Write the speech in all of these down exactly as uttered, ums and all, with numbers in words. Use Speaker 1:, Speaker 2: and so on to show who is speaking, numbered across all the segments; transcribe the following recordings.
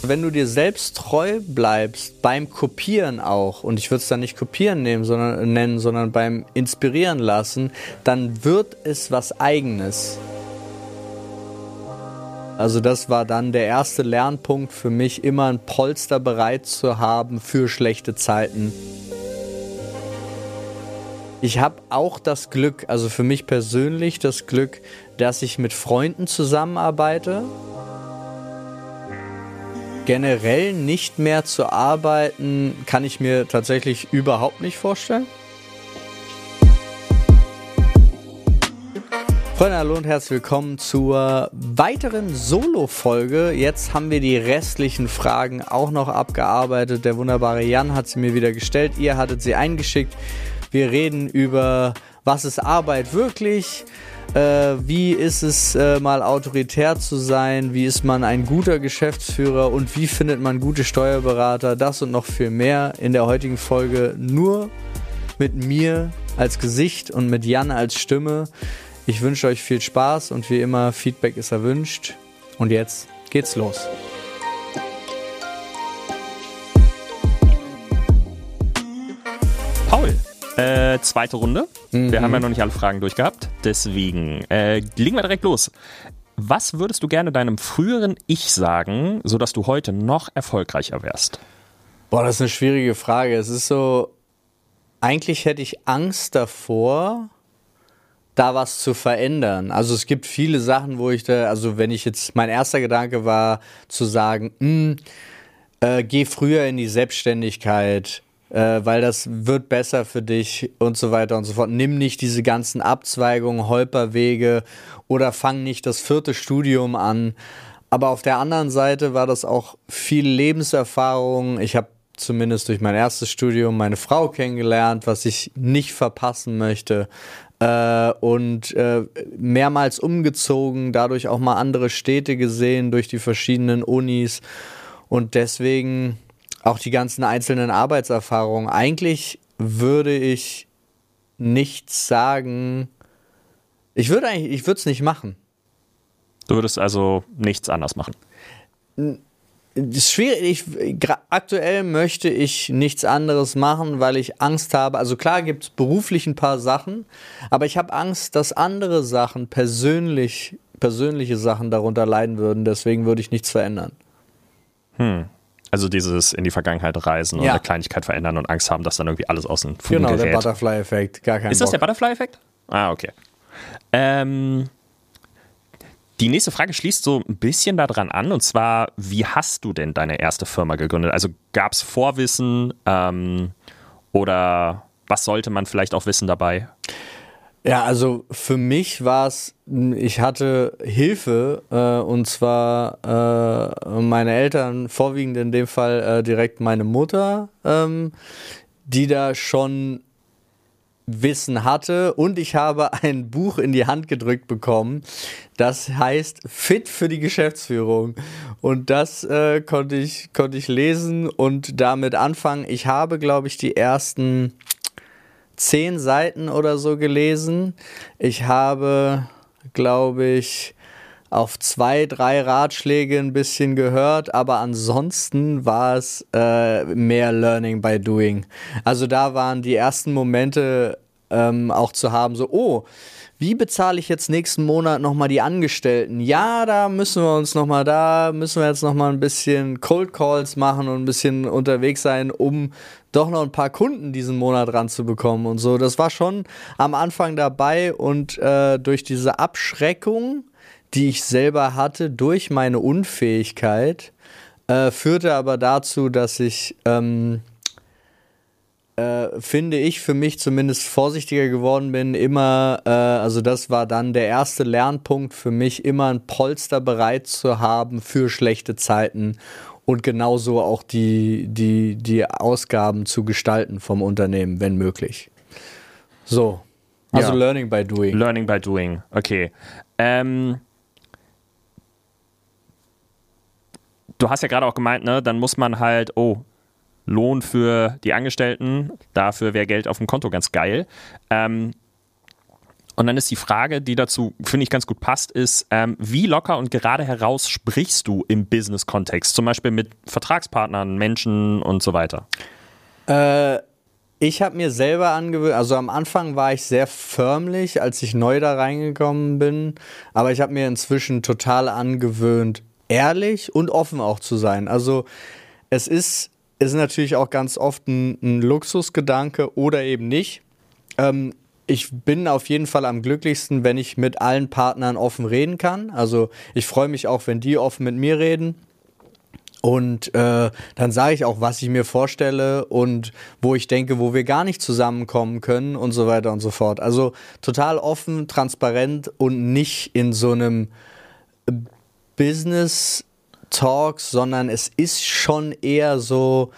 Speaker 1: Wenn du dir selbst treu bleibst, beim Kopieren auch, und ich würde es dann nicht kopieren nehmen, sondern, nennen, sondern beim Inspirieren lassen, dann wird es was Eigenes. Also das war dann der erste Lernpunkt für mich, immer ein Polster bereit zu haben für schlechte Zeiten. Ich habe auch das Glück, also für mich persönlich das Glück, dass ich mit Freunden zusammenarbeite. Generell nicht mehr zu arbeiten, kann ich mir tatsächlich überhaupt nicht vorstellen. Freunde, hallo und herzlich willkommen zur weiteren Solo-Folge. Jetzt haben wir die restlichen Fragen auch noch abgearbeitet. Der wunderbare Jan hat sie mir wieder gestellt. Ihr hattet sie eingeschickt. Wir reden über, was ist Arbeit wirklich? Äh, wie ist es, äh, mal autoritär zu sein? Wie ist man ein guter Geschäftsführer? Und wie findet man gute Steuerberater? Das und noch viel mehr in der heutigen Folge nur mit mir als Gesicht und mit Jan als Stimme. Ich wünsche euch viel Spaß und wie immer, Feedback ist erwünscht. Und jetzt geht's los.
Speaker 2: Paul, äh, zweite Runde.
Speaker 1: Mhm.
Speaker 2: Wir haben ja noch nicht alle Fragen durchgehabt. Deswegen äh, legen wir direkt los. Was würdest du gerne deinem früheren Ich sagen, sodass du heute noch erfolgreicher wärst?
Speaker 1: Boah, das ist eine schwierige Frage. Es ist so, eigentlich hätte ich Angst davor, da was zu verändern. Also es gibt viele Sachen, wo ich da, also wenn ich jetzt, mein erster Gedanke war zu sagen, mh, äh, geh früher in die Selbstständigkeit, äh, weil das wird besser für dich und so weiter und so fort. Nimm nicht diese ganzen Abzweigungen, Holperwege oder fang nicht das vierte Studium an. Aber auf der anderen Seite war das auch viel Lebenserfahrung. Ich habe zumindest durch mein erstes Studium meine Frau kennengelernt, was ich nicht verpassen möchte. Äh, und äh, mehrmals umgezogen, dadurch auch mal andere Städte gesehen durch die verschiedenen Unis und deswegen auch die ganzen einzelnen Arbeitserfahrungen. Eigentlich würde ich nichts sagen, ich würde eigentlich, ich würde es nicht machen.
Speaker 2: Du würdest also nichts anders machen?
Speaker 1: Das ist schwierig. Ich, aktuell möchte ich nichts anderes machen, weil ich Angst habe. Also klar gibt es beruflich ein paar Sachen, aber ich habe Angst, dass andere Sachen, persönlich, persönliche Sachen darunter leiden würden. Deswegen würde ich nichts verändern.
Speaker 2: Hm. Also dieses in die Vergangenheit reisen und
Speaker 1: ja.
Speaker 2: eine Kleinigkeit verändern und Angst haben, dass dann irgendwie alles aus den Fugen
Speaker 1: genau,
Speaker 2: gerät.
Speaker 1: Genau, der Butterfly-Effekt. Gar kein
Speaker 2: Ist das
Speaker 1: Bock.
Speaker 2: der Butterfly-Effekt? Ah, okay. Ähm... Die nächste Frage schließt so ein bisschen daran an, und zwar, wie hast du denn deine erste Firma gegründet? Also gab es Vorwissen ähm, oder was sollte man vielleicht auch wissen dabei?
Speaker 1: Ja, also für mich war es, ich hatte Hilfe äh, und zwar äh, meine Eltern, vorwiegend in dem Fall äh, direkt meine Mutter, ähm, die da schon Wissen hatte, und ich habe ein Buch in die Hand gedrückt bekommen, das heißt Fit für die Geschäftsführung, und das äh, konnte ich, konnte ich lesen und damit anfangen. Ich habe, glaube ich, die ersten zehn Seiten oder so gelesen. Ich habe, glaube ich, auf zwei, drei Ratschläge ein bisschen gehört, aber ansonsten war es äh, mehr Learning by Doing. Also da waren die ersten Momente ähm, auch zu haben, so, oh, wie bezahle ich jetzt nächsten Monat nochmal die Angestellten? Ja, da müssen wir uns nochmal, da müssen wir jetzt nochmal ein bisschen Cold Calls machen und ein bisschen unterwegs sein, um doch noch ein paar Kunden diesen Monat ranzubekommen und so. Das war schon am Anfang dabei, und äh, durch diese Abschreckung, die ich selber hatte durch meine Unfähigkeit, äh, führte aber dazu, dass ich, ähm, äh, finde ich, für mich zumindest vorsichtiger geworden bin, immer, äh, also das war dann der erste Lernpunkt für mich, immer ein Polster bereit zu haben für schlechte Zeiten und genauso auch die, die, die Ausgaben zu gestalten vom Unternehmen, wenn möglich. So, also
Speaker 2: ja.
Speaker 1: Learning by Doing.
Speaker 2: Learning by Doing, okay. Ähm... Du hast ja gerade auch gemeint, ne, dann muss man halt, oh, Lohn für die Angestellten, dafür wäre Geld auf dem Konto ganz geil. Ähm, Und dann ist die Frage, die dazu, finde ich, ganz gut passt, ist, ähm, wie locker und gerade heraus sprichst du im Business-Kontext? Zum Beispiel mit Vertragspartnern, Menschen und so weiter.
Speaker 1: Äh, ich habe mir selber angewöhnt, also am Anfang war ich sehr förmlich, als ich neu da reingekommen bin, aber ich habe mir inzwischen total angewöhnt, ehrlich und offen auch zu sein. Also es ist, ist natürlich auch ganz oft ein, ein Luxusgedanke oder eben nicht. Ähm, ich bin auf jeden Fall am glücklichsten, wenn ich mit allen Partnern offen reden kann. Also ich freue mich auch, wenn die offen mit mir reden. Und äh, dann sage ich auch, was ich mir vorstelle und wo ich denke, wo wir gar nicht zusammenkommen können und so weiter und so fort. Also total offen, transparent und nicht in so einem Business-Talk, sondern es ist schon eher so,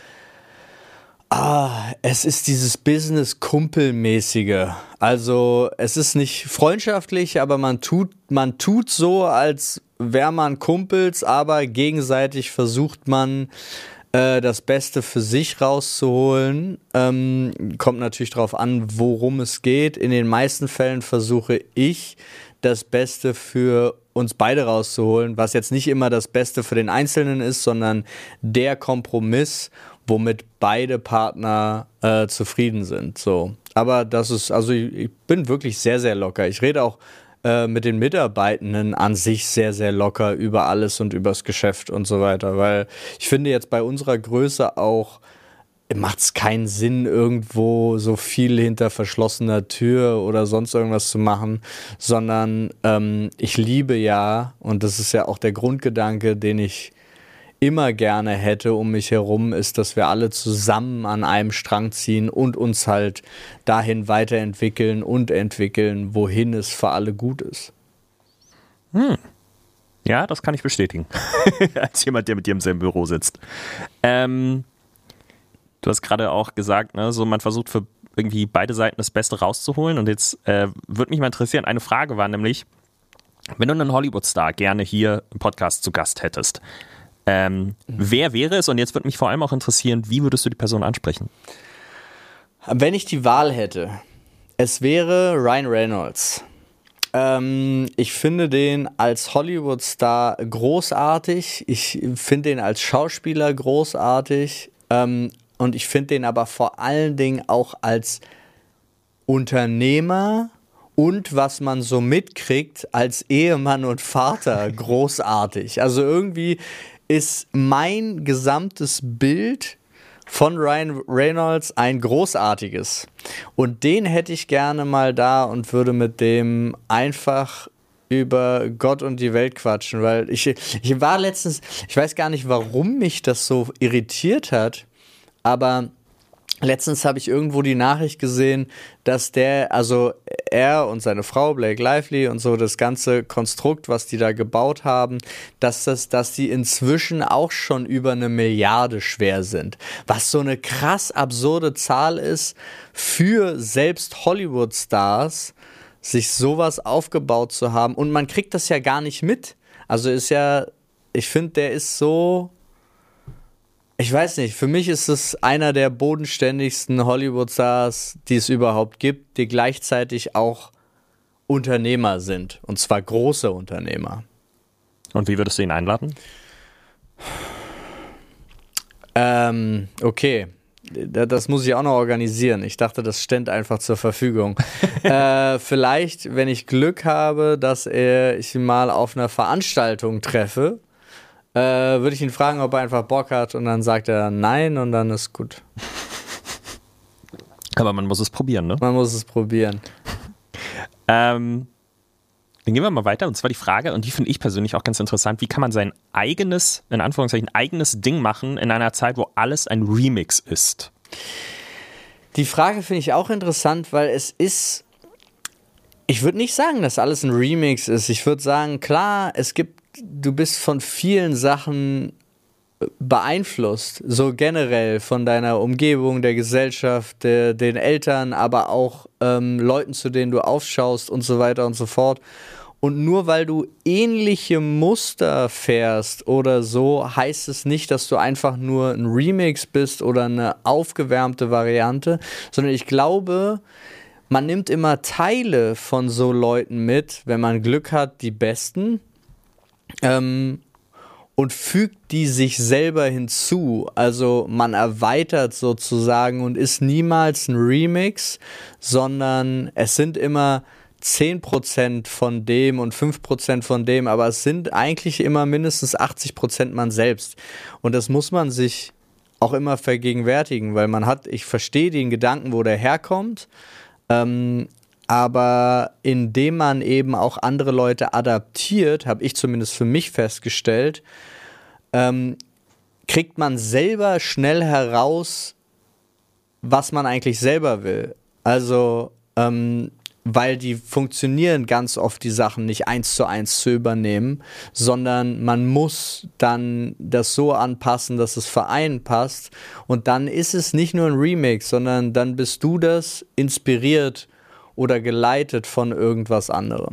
Speaker 1: ah, es ist dieses Business-Kumpel-mäßige. Also es ist nicht freundschaftlich, aber man tut, man tut so, als wäre man Kumpels, aber gegenseitig versucht man, äh, das Beste für sich rauszuholen. Ähm, kommt natürlich darauf an, worum es geht. In den meisten Fällen versuche ich, das Beste für uns beide rauszuholen, was jetzt nicht immer das Beste für den Einzelnen ist, sondern der Kompromiss, womit beide Partner äh, zufrieden sind. So. Aber das ist, also ich, ich bin wirklich sehr, sehr locker. Ich rede auch äh, mit den Mitarbeitenden an sich sehr, sehr locker über alles und übers Geschäft und so weiter, weil ich finde jetzt bei unserer Größe auch macht es keinen Sinn, irgendwo so viel hinter verschlossener Tür oder sonst irgendwas zu machen, sondern ähm, ich liebe ja, und das ist ja auch der Grundgedanke, den ich immer gerne hätte um mich herum, ist, dass wir alle zusammen an einem Strang ziehen und uns halt dahin weiterentwickeln und entwickeln, wohin es für alle gut ist.
Speaker 2: Hm. Ja, das kann ich bestätigen. Als jemand, der mit dir im selben Büro sitzt. Ähm, du hast gerade auch gesagt, ne, so man versucht für irgendwie beide Seiten das Beste rauszuholen. Und jetzt äh, würde mich mal interessieren, eine Frage war nämlich, wenn du einen Hollywood-Star gerne hier im Podcast zu Gast hättest, Ähm, mhm. wer wäre es? Und jetzt würde mich vor allem auch interessieren, wie würdest du die Person ansprechen?
Speaker 1: Wenn ich die Wahl hätte, es wäre Ryan Reynolds. Ähm, ich finde den als Hollywood-Star großartig. Ich finde den als Schauspieler großartig. Ähm, und ich finde den aber vor allen Dingen auch als Unternehmer und was man so mitkriegt als Ehemann und Vater großartig. Also irgendwie ist mein gesamtes Bild von Ryan Reynolds ein großartiges. Und den hätte ich gerne mal da und würde mit dem einfach über Gott und die Welt quatschen, weil ich, ich war letztens, ich weiß gar nicht, warum mich das so irritiert hat, aber letztens habe ich irgendwo die Nachricht gesehen, dass der, also er und seine Frau Blake Lively und so das ganze Konstrukt, was die da gebaut haben, dass das, dass die inzwischen auch schon über eine Milliarde schwer sind. Was so eine krass absurde Zahl ist für selbst Hollywood-Stars, sich sowas aufgebaut zu haben. Und man kriegt das ja gar nicht mit. Also ist ja, ich finde, der ist so... Ich weiß nicht, für mich ist es einer der bodenständigsten Hollywood-Stars, die es überhaupt gibt, die gleichzeitig auch Unternehmer sind. Und zwar große Unternehmer.
Speaker 2: Und wie würdest du ihn einladen?
Speaker 1: Ähm, okay. Das muss ich auch noch organisieren. Ich dachte, das stände einfach zur Verfügung. äh, vielleicht, wenn ich Glück habe, dass er, ich ihn mal auf einer Veranstaltung treffe, Äh, würde ich ihn fragen, ob er einfach Bock hat und dann sagt er nein und dann ist gut.
Speaker 2: Aber man muss es probieren, ne?
Speaker 1: Man muss es probieren.
Speaker 2: Ähm, dann gehen wir mal weiter und zwar die Frage, und die finde ich persönlich auch ganz interessant, wie kann man sein eigenes, in Anführungszeichen, eigenes Ding machen in einer Zeit, wo alles ein Remix ist?
Speaker 1: Die Frage finde ich auch interessant, weil es ist, ich würde nicht sagen, dass alles ein Remix ist. Ich würde sagen, klar, es gibt du bist von vielen Sachen beeinflusst, so generell von deiner Umgebung, der Gesellschaft, der, den Eltern, aber auch ähm, Leuten, zu denen du aufschaust und so weiter und so fort. Und nur weil du ähnliche Muster fährst oder so, heißt es nicht, dass du einfach nur ein Remix bist oder eine aufgewärmte Variante, sondern ich glaube, man nimmt immer Teile von so Leuten mit, wenn man Glück hat, die besten, ähm, und fügt die sich selber hinzu. Also man erweitert sozusagen und ist niemals ein Remix, sondern es sind immer zehn Prozent von dem und fünf Prozent von dem, aber es sind eigentlich immer mindestens achtzig Prozent man selbst. Und das muss man sich auch immer vergegenwärtigen, weil man hat, ich verstehe den Gedanken, wo der herkommt, ähm, aber indem man eben auch andere Leute adaptiert, habe ich zumindest für mich festgestellt, ähm, kriegt man selber schnell heraus, was man eigentlich selber will. Also, ähm, weil die funktionieren ganz oft, die Sachen nicht eins zu eins zu übernehmen, sondern man muss dann das so anpassen, dass es für einen passt. Und dann ist es nicht nur ein Remix, sondern dann bist du das inspiriert oder geleitet von irgendwas anderem.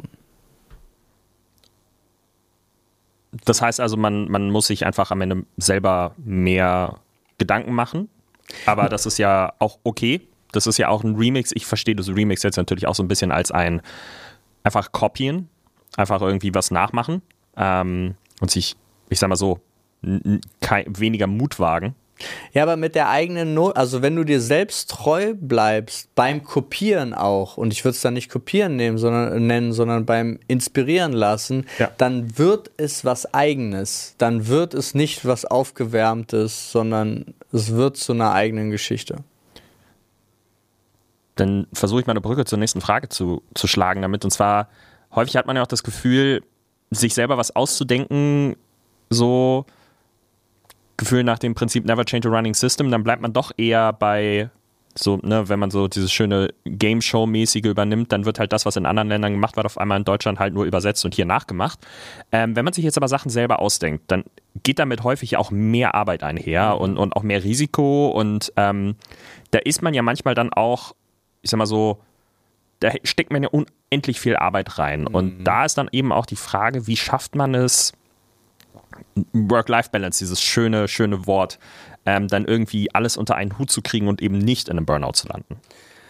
Speaker 2: Das heißt also, man, man muss sich einfach am Ende selber mehr Gedanken machen. Aber das ist ja auch okay. Das ist ja auch ein Remix. Ich verstehe das Remix jetzt natürlich auch so ein bisschen als ein einfach Copyen, einfach irgendwie was nachmachen ähm, und sich, ich sag mal so, n- kein, weniger Mut wagen.
Speaker 1: Ja, aber mit der eigenen Not, also wenn du dir selbst treu bleibst, beim Kopieren auch, und ich würde es dann nicht kopieren nehmen, sondern, nennen, sondern beim Inspirieren lassen,
Speaker 2: Ja.
Speaker 1: dann wird es was Eigenes. Dann wird es nicht was Aufgewärmtes, sondern es wird zu einer eigenen Geschichte.
Speaker 2: Dann versuche ich mal eine Brücke zur nächsten Frage zu, zu schlagen damit. Und zwar, häufig hat man ja auch das Gefühl, sich selber was auszudenken, so Gefühl nach dem Prinzip Never Change a Running System, dann bleibt man doch eher bei so, ne, wenn man so dieses schöne Game-Show-mäßige übernimmt, dann wird halt das, was in anderen Ländern gemacht wird, auf einmal in Deutschland halt nur übersetzt und hier nachgemacht. Ähm, wenn man sich jetzt aber Sachen selber ausdenkt, dann geht damit häufig auch mehr Arbeit einher mhm. und, und auch mehr Risiko und ähm, da ist man ja manchmal dann auch, ich sag mal so, da steckt man ja unendlich viel Arbeit rein mhm. und da ist dann eben auch die Frage, wie schafft man es, Work-Life-Balance, dieses schöne, schöne Wort, ähm, dann irgendwie alles unter einen Hut zu kriegen und eben nicht in einem Burnout zu landen?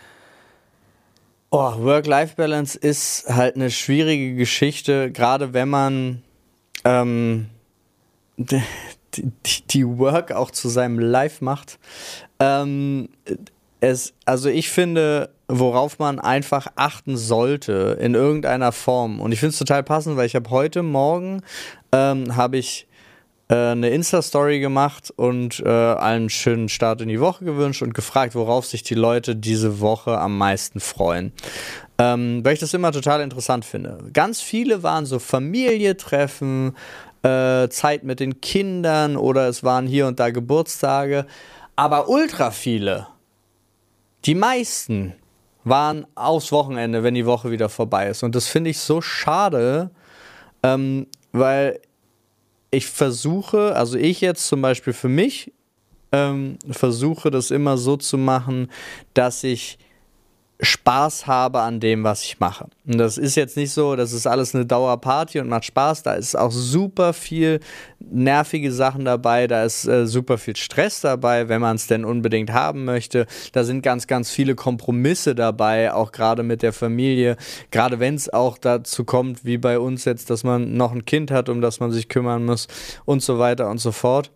Speaker 1: Oh, Work-Life-Balance ist halt eine schwierige Geschichte, gerade wenn man ähm, die, die, die Work auch zu seinem Life macht. Ähm, es, also ich finde, worauf man einfach achten sollte in irgendeiner Form, und ich finde es total passend, weil ich habe heute Morgen ähm, habe ich äh, eine Insta-Story gemacht und äh, allen einen schönen Start in die Woche gewünscht und gefragt, worauf sich die Leute diese Woche am meisten freuen. Ähm, weil ich das immer total interessant finde. Ganz viele waren so Familie treffen, äh, Zeit mit den Kindern oder es waren hier und da Geburtstage, aber ultra viele, die meisten waren aufs Wochenende, wenn die Woche wieder vorbei ist. Und das finde ich so schade, ähm, weil ich versuche, also ich jetzt zum Beispiel für mich, ähm, versuche das immer so zu machen, dass ich Spaß habe an dem, was ich mache. Und das ist jetzt nicht so, das ist alles eine Dauerparty und macht Spaß. Da ist auch super viel nervige Sachen dabei. Da ist äh, super viel Stress dabei, wenn man es denn unbedingt haben möchte. Da sind ganz, ganz viele Kompromisse dabei, auch gerade mit der Familie. Gerade wenn es auch dazu kommt, wie bei uns jetzt, dass man noch ein Kind hat, um das man sich kümmern muss und so weiter und so fort.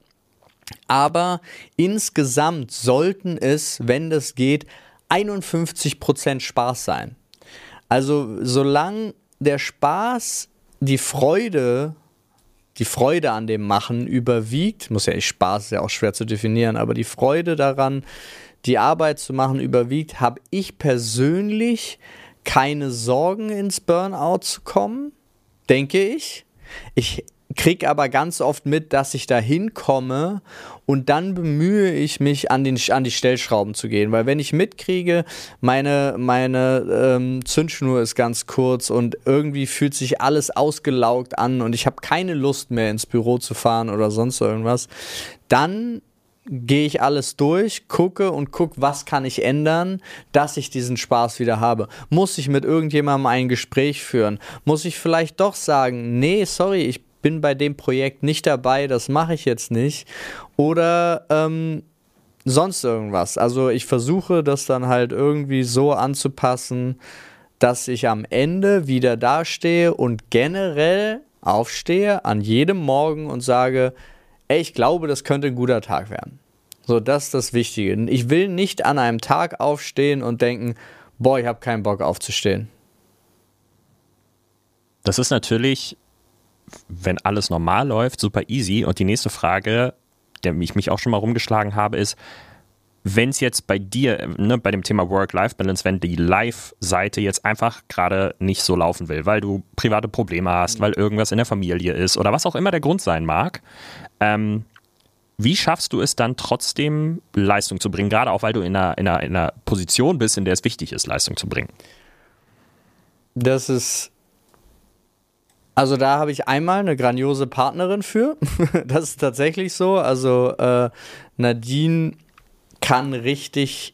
Speaker 1: Aber insgesamt sollten es, wenn das geht, einundfünfzig Prozent Spaß sein. Also solange der Spaß, die Freude, die Freude an dem Machen überwiegt, muss ja nicht Spaß, ist ja auch schwer zu definieren, aber die Freude daran, die Arbeit zu machen, überwiegt, habe ich persönlich keine Sorgen, ins Burnout zu kommen, denke ich. Ich kriege aber ganz oft mit, dass ich da hinkomme und dann bemühe ich mich, an, den, an die Stellschrauben zu gehen. Weil wenn ich mitkriege, meine, meine ähm, Zündschnur ist ganz kurz und irgendwie fühlt sich alles ausgelaugt an und ich habe keine Lust mehr ins Büro zu fahren oder sonst irgendwas, dann gehe ich alles durch, gucke und gucke, was kann ich ändern, dass ich diesen Spaß wieder habe. Muss ich mit irgendjemandem ein Gespräch führen? Muss ich vielleicht doch sagen, nee, sorry, ich bin bei dem Projekt nicht dabei, das mache ich jetzt nicht. Oder ähm, sonst irgendwas. Also ich versuche das dann halt irgendwie so anzupassen, dass ich am Ende wieder dastehe und generell aufstehe an jedem Morgen und sage, ey, ich glaube, das könnte ein guter Tag werden. So, das ist das Wichtige. Ich will nicht an einem Tag aufstehen und denken, boah, ich habe keinen Bock aufzustehen.
Speaker 2: Das ist natürlich, wenn alles normal läuft, super easy. Und die nächste Frage, der ich mich auch schon mal rumgeschlagen habe, ist, wenn es jetzt bei dir, ne, bei dem Thema Work-Life-Balance, wenn die Live-Seite jetzt einfach gerade nicht so laufen will, weil du private Probleme hast, weil irgendwas in der Familie ist oder was auch immer der Grund sein mag, ähm, wie schaffst du es dann trotzdem, Leistung zu bringen? Gerade auch, weil du in einer, in, einer, in einer Position bist, in der es wichtig ist, Leistung zu bringen.
Speaker 1: Das ist, also da habe ich einmal eine grandiose Partnerin für. Das ist tatsächlich so. Also äh, Nadine kann richtig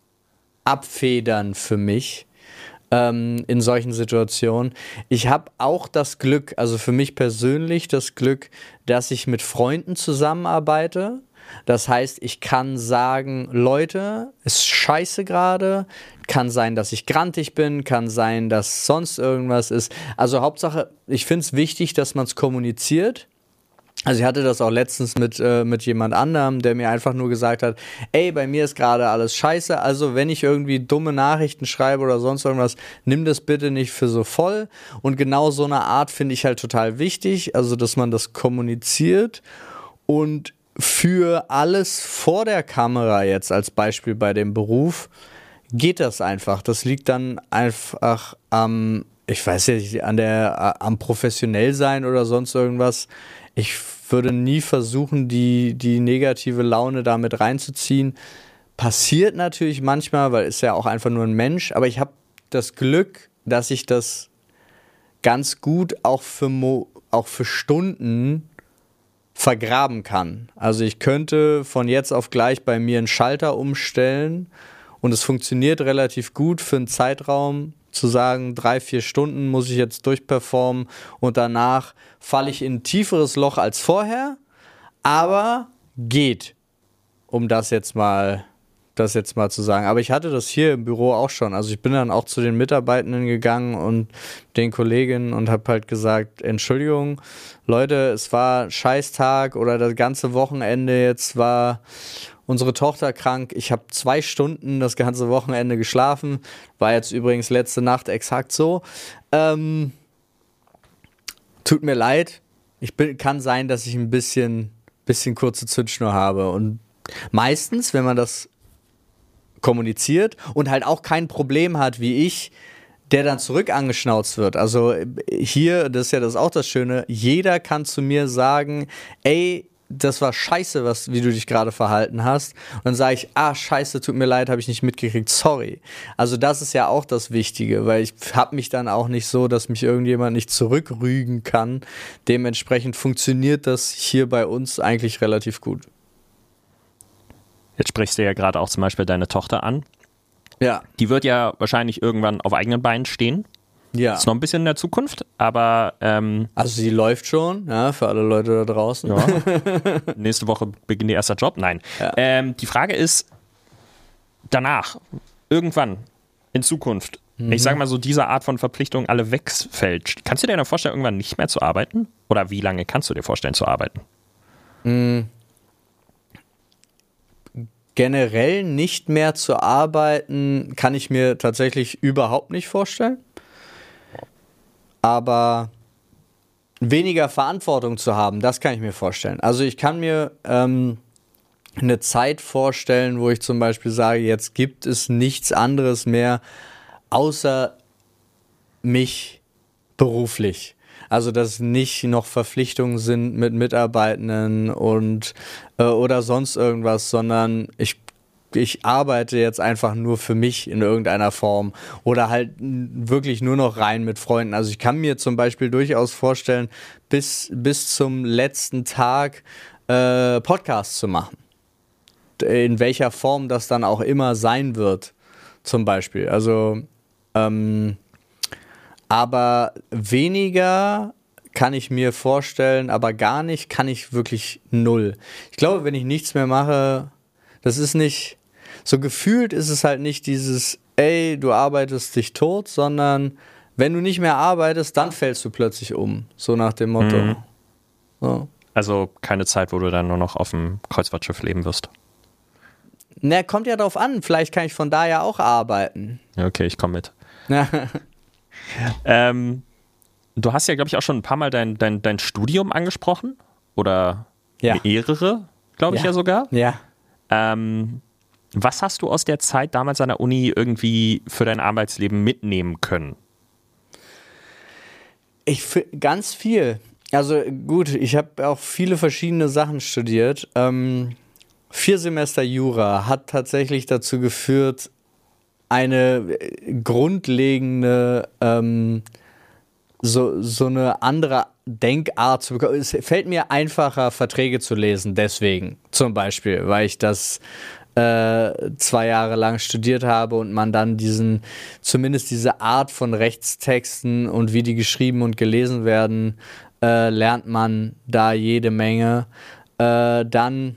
Speaker 1: abfedern für mich ähm, in solchen Situationen. Ich habe auch das Glück, also für mich persönlich das Glück, dass ich mit Freunden zusammenarbeite. Das heißt, ich kann sagen, Leute, ist scheiße gerade, kann sein, dass ich grantig bin, kann sein, dass sonst irgendwas ist. Also Hauptsache, ich finde es wichtig, dass man es kommuniziert. Also ich hatte das auch letztens mit, äh, mit jemand anderem, der mir einfach nur gesagt hat, ey, bei mir ist gerade alles scheiße, also wenn ich irgendwie dumme Nachrichten schreibe oder sonst irgendwas, nimm das bitte nicht für so voll. Und genau so eine Art finde ich halt total wichtig, also dass man das kommuniziert. Und für alles vor der Kamera jetzt als Beispiel bei dem Beruf geht das einfach. Das liegt dann einfach am, ich weiß nicht, an der, am professionell sein oder sonst irgendwas. Ich würde nie versuchen, die, die negative Laune damit reinzuziehen. Passiert natürlich manchmal, weil ist ja auch einfach nur ein Mensch. Aber ich habe das Glück, dass ich das ganz gut auch für, Mo- auch für Stunden vergraben kann. Also ich könnte von jetzt auf gleich bei mir einen Schalter umstellen und es funktioniert relativ gut für einen Zeitraum, zu sagen, drei, vier Stunden muss ich jetzt durchperformen und danach falle ich in ein tieferes Loch als vorher, aber geht, um das jetzt mal, das jetzt mal zu sagen. Aber ich hatte das hier im Büro auch schon. Also ich bin dann auch zu den Mitarbeitenden gegangen und den Kolleginnen und habe halt gesagt, Entschuldigung, Leute, es war ein Scheißtag oder das ganze Wochenende jetzt war unsere Tochter krank. Ich habe zwei Stunden das ganze Wochenende geschlafen. War jetzt übrigens letzte Nacht exakt so. Ähm, tut mir leid. Ich bin, kann sein, dass ich ein bisschen, bisschen kurze Zündschnur habe. Und meistens, wenn man das kommuniziert und halt auch kein Problem hat wie ich, der dann zurück angeschnauzt wird. Also hier, das ist ja das auch das Schöne, jeder kann zu mir sagen, ey, das war scheiße, was, wie du dich gerade verhalten hast. Und dann sage ich, ah, scheiße, tut mir leid, habe ich nicht mitgekriegt, sorry. Also das ist ja auch das Wichtige, weil ich habe mich dann auch nicht so, dass mich irgendjemand nicht zurückrügen kann. Dementsprechend funktioniert das hier bei uns eigentlich relativ gut.
Speaker 2: Jetzt sprichst du ja gerade auch zum Beispiel deine Tochter an.
Speaker 1: Ja.
Speaker 2: Die wird ja wahrscheinlich irgendwann auf eigenen Beinen stehen.
Speaker 1: Ja.
Speaker 2: Ist noch ein bisschen in der Zukunft, aber ähm,
Speaker 1: also sie läuft schon, ja, für alle Leute da draußen.
Speaker 2: Ja. Nächste Woche beginnt ihr erster Job. Nein.
Speaker 1: Ja.
Speaker 2: Ähm, die Frage ist, danach, irgendwann, in Zukunft, mhm. ich sage mal so, diese Art von Verpflichtung alle wegfällt. Kannst du dir dann vorstellen, irgendwann nicht mehr zu arbeiten? Oder wie lange kannst du dir vorstellen zu arbeiten?
Speaker 1: Mhm. Generell nicht mehr zu arbeiten, kann ich mir tatsächlich überhaupt nicht vorstellen. Aber weniger Verantwortung zu haben, das kann ich mir vorstellen. Also ich kann mir ähm, eine Zeit vorstellen, wo ich zum Beispiel sage, jetzt gibt es nichts anderes mehr, außer mich beruflich. Also dass nicht noch Verpflichtungen sind mit Mitarbeitenden und äh, oder sonst irgendwas, sondern ich ich arbeite jetzt einfach nur für mich in irgendeiner Form oder halt wirklich nur noch rein mit Freunden. Also ich kann mir zum Beispiel durchaus vorstellen, bis, bis zum letzten Tag äh, Podcasts zu machen. In welcher Form das dann auch immer sein wird, zum Beispiel. Also, ähm, aber weniger kann ich mir vorstellen, aber gar nicht kann ich wirklich null. Ich glaube, wenn ich nichts mehr mache, Das ist nicht, so gefühlt ist es halt nicht dieses, ey, du arbeitest dich tot, sondern wenn du nicht mehr arbeitest, dann fällst du plötzlich um. So nach dem Motto.
Speaker 2: Mhm.
Speaker 1: So.
Speaker 2: Also keine Zeit, wo du dann nur noch auf dem Kreuzfahrtschiff leben wirst.
Speaker 1: Na, kommt ja drauf an. Vielleicht kann ich von da ja auch arbeiten.
Speaker 2: Okay, ich komme mit. ähm, du hast ja, glaube ich, auch schon ein paar Mal dein, dein, dein Studium angesprochen. Oder
Speaker 1: ja.
Speaker 2: mehrere, glaube ich ja, ja sogar.
Speaker 1: Ja.
Speaker 2: Ähm, was hast du aus der Zeit damals an der Uni irgendwie für dein Arbeitsleben mitnehmen können?
Speaker 1: Ich ganz viel. Also gut, ich habe auch viele verschiedene Sachen studiert. Ähm, vier Semester Jura hat tatsächlich dazu geführt, eine grundlegende, ähm, so, so eine andere Denkart zu bekommen. Es fällt mir einfacher, Verträge zu lesen, deswegen zum Beispiel, weil ich das äh, zwei Jahre lang studiert habe und man dann diesen, zumindest diese Art von Rechtstexten und wie die geschrieben und gelesen werden, äh, lernt man da jede Menge. Äh, dann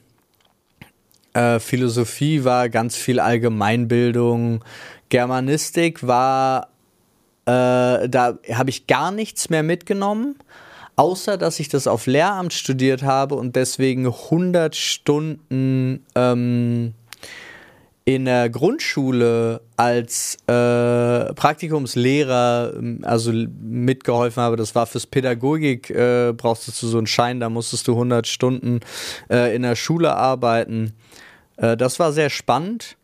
Speaker 1: äh, Philosophie war ganz viel Allgemeinbildung. Germanistik war, äh, da habe ich gar nichts mehr mitgenommen, außer dass ich das auf Lehramt studiert habe und deswegen hundert Stunden ähm, in der Grundschule als äh, Praktikumslehrer also mitgeholfen habe. Das war fürs Pädagogik, äh, brauchst du so einen Schein, da musstest du hundert Stunden äh, in der Schule arbeiten. Äh, das war sehr spannend.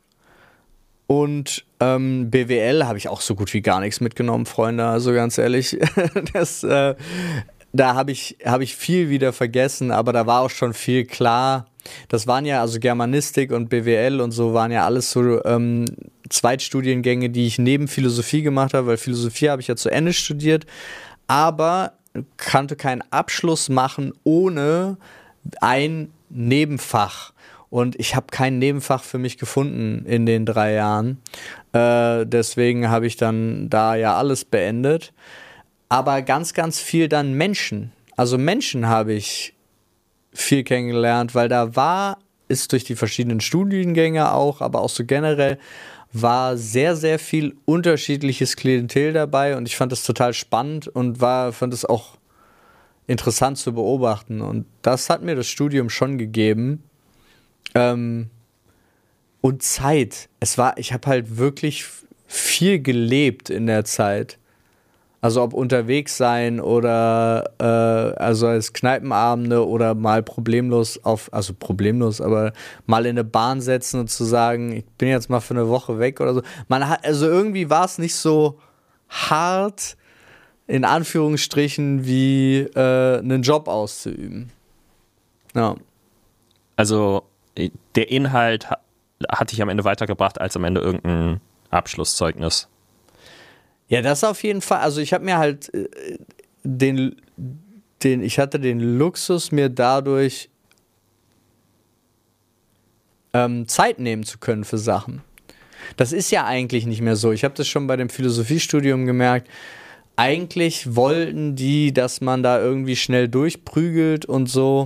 Speaker 1: Und ähm, B W L habe ich auch so gut wie gar nichts mitgenommen, Freunde, also ganz ehrlich. das, äh, da habe ich, hab ich viel wieder vergessen, aber da war auch schon viel klar. Das waren ja, also Germanistik und B W L und so waren ja alles so ähm, Zweitstudiengänge, die ich neben Philosophie gemacht habe, weil Philosophie habe ich ja zu Ende studiert, aber konnte keinen Abschluss machen ohne ein Nebenfach. Und ich habe kein Nebenfach für mich gefunden in den drei Jahren. Äh, deswegen habe ich dann da ja alles beendet. Aber ganz, ganz viel dann Menschen. Also Menschen habe ich viel kennengelernt, weil da war, ist durch die verschiedenen Studiengänge auch, aber auch so generell, war sehr, sehr viel unterschiedliches Klientel dabei und ich fand das total spannend und war, fand es auch interessant zu beobachten. Und das hat mir das Studium schon gegeben. Ähm, und Zeit. Es war, ich habe halt wirklich viel gelebt in der Zeit. Also ob unterwegs sein oder äh, also als Kneipenabende oder mal problemlos auf, also problemlos, aber mal in eine Bahn setzen und zu sagen, ich bin jetzt mal für eine Woche weg oder so. Man hat, also irgendwie war es nicht so hart, in Anführungsstrichen, wie äh, einen Job auszuüben. Ja.
Speaker 2: Also der Inhalt hat dich am Ende weitergebracht als am Ende irgendein Abschlusszeugnis.
Speaker 1: Ja, das auf jeden Fall. Also ich habe mir halt äh, den, den, ich hatte den Luxus, mir dadurch ähm, Zeit nehmen zu können für Sachen. Das ist ja eigentlich nicht mehr so. Ich habe das schon bei dem Philosophiestudium gemerkt. Eigentlich wollten die, dass man da irgendwie schnell durchprügelt und so.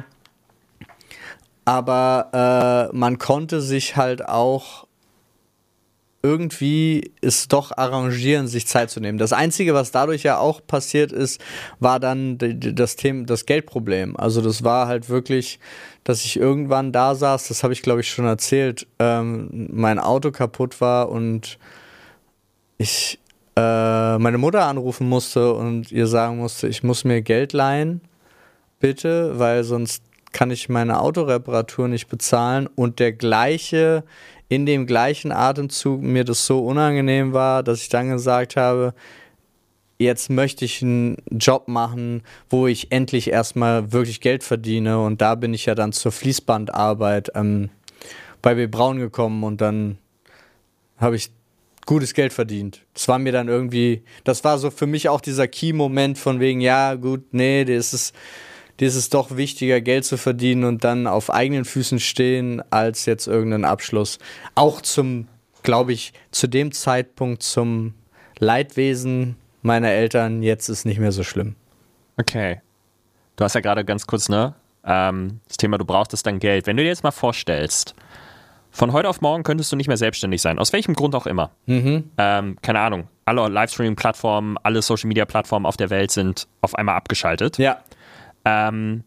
Speaker 1: Aber äh, man konnte sich halt auch irgendwie es doch arrangieren, sich Zeit zu nehmen. Das Einzige, was dadurch ja auch passiert ist, war dann das Thema, das Geldproblem. Also das war halt wirklich, dass ich irgendwann da saß, das habe ich glaube ich schon erzählt, ähm, mein Auto kaputt war und ich äh, meine Mutter anrufen musste und ihr sagen musste, ich muss mir Geld leihen, bitte, weil sonst kann ich meine Autoreparatur nicht bezahlen und der gleiche in dem gleichen Atemzug mir das so unangenehm war, dass ich dann gesagt habe, jetzt möchte ich einen Job machen, wo ich endlich erstmal wirklich Geld verdiene und da bin ich ja dann zur Fließbandarbeit ähm, bei B. Braun gekommen und dann habe ich gutes Geld verdient. Das war mir dann irgendwie, das war so für mich auch dieser Key-Moment von wegen, ja gut, nee, das ist dir ist es doch wichtiger, Geld zu verdienen und dann auf eigenen Füßen stehen, als jetzt irgendeinen Abschluss. Auch zum, glaube ich, zu dem Zeitpunkt zum Leidwesen meiner Eltern, jetzt ist nicht mehr so schlimm.
Speaker 2: Okay. Du hast ja gerade ganz kurz, ne, ähm, das Thema, du brauchtest dann Geld. Wenn du dir jetzt mal vorstellst, Von heute auf morgen könntest du nicht mehr selbstständig sein. Aus welchem Grund auch immer.
Speaker 1: Mhm.
Speaker 2: Ähm, keine Ahnung. Alle Livestreaming-Plattformen, alle Social-Media-Plattformen auf der Welt sind auf einmal abgeschaltet.
Speaker 1: Ja.
Speaker 2: Ähm,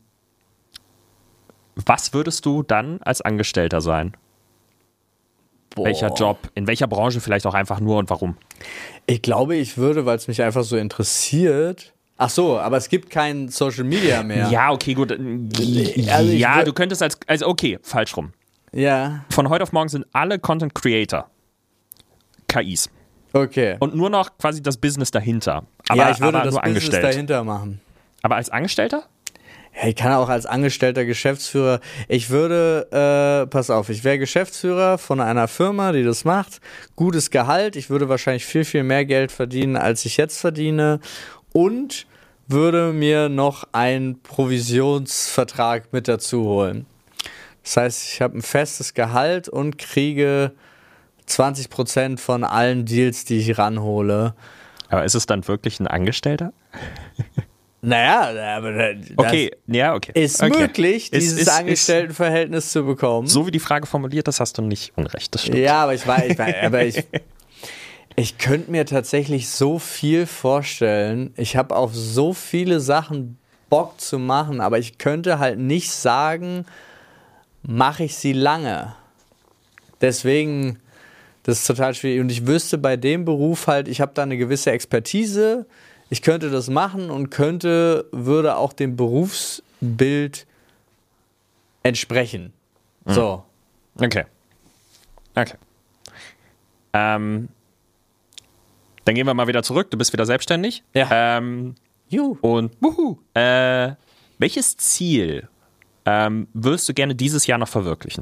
Speaker 2: was würdest du dann als Angestellter sein?
Speaker 1: Boah.
Speaker 2: Welcher Job? In welcher Branche vielleicht auch einfach nur und warum?
Speaker 1: Ich glaube, ich würde, weil es mich einfach so interessiert. Ach so, aber es gibt kein Social Media mehr.
Speaker 2: Ja, okay, gut.
Speaker 1: Also
Speaker 2: ja,
Speaker 1: ich wür-
Speaker 2: du könntest als, also okay, falsch rum.
Speaker 1: Ja,
Speaker 2: Von heute auf morgen sind alle Content Creator K Is.
Speaker 1: okay.
Speaker 2: Und nur noch quasi das Business dahinter. Aber,
Speaker 1: ja, ich würde
Speaker 2: aber
Speaker 1: das
Speaker 2: nur
Speaker 1: Business
Speaker 2: angestellt.
Speaker 1: dahinter machen.
Speaker 2: Aber als Angestellter?
Speaker 1: Ja, ich kann auch als Angestellter Geschäftsführer. Ich würde, äh, pass auf, ich wäre Geschäftsführer von einer Firma, die das macht. Gutes Gehalt. Ich würde wahrscheinlich viel, viel mehr Geld verdienen, als ich jetzt verdiene. Und würde mir noch einen Provisionsvertrag mit dazu holen. Das heißt, ich habe ein festes Gehalt und kriege zwanzig Prozent von allen Deals, die ich ranhole.
Speaker 2: Aber ist es dann wirklich ein Angestellter?
Speaker 1: Naja, aber das
Speaker 2: Okay, ja, okay.
Speaker 1: ist
Speaker 2: okay.
Speaker 1: möglich,
Speaker 2: Ist-
Speaker 1: dieses
Speaker 2: ist-
Speaker 1: Angestelltenverhältnis zu bekommen.
Speaker 2: So wie die Frage formuliert ist, hast du nicht unrecht, das stimmt.
Speaker 1: Ja, aber ich weiß, ich weiß aber ich, ich könnte mir tatsächlich so viel vorstellen. Ich habe auf so viele Sachen Bock zu machen, aber ich könnte halt nicht sagen, mache ich sie lange. Deswegen, das ist total schwierig. Und ich wüsste bei dem Beruf halt, ich habe da eine gewisse Expertise, ich könnte das machen und könnte, würde auch dem Berufsbild entsprechen. So.
Speaker 2: Okay. Okay. Ähm, dann gehen wir mal wieder zurück. Du bist wieder selbstständig.
Speaker 1: Ja.
Speaker 2: Ähm,
Speaker 1: Juhu.
Speaker 2: und wuhu, äh, welches Ziel ähm, würdest du gerne dieses Jahr noch verwirklichen?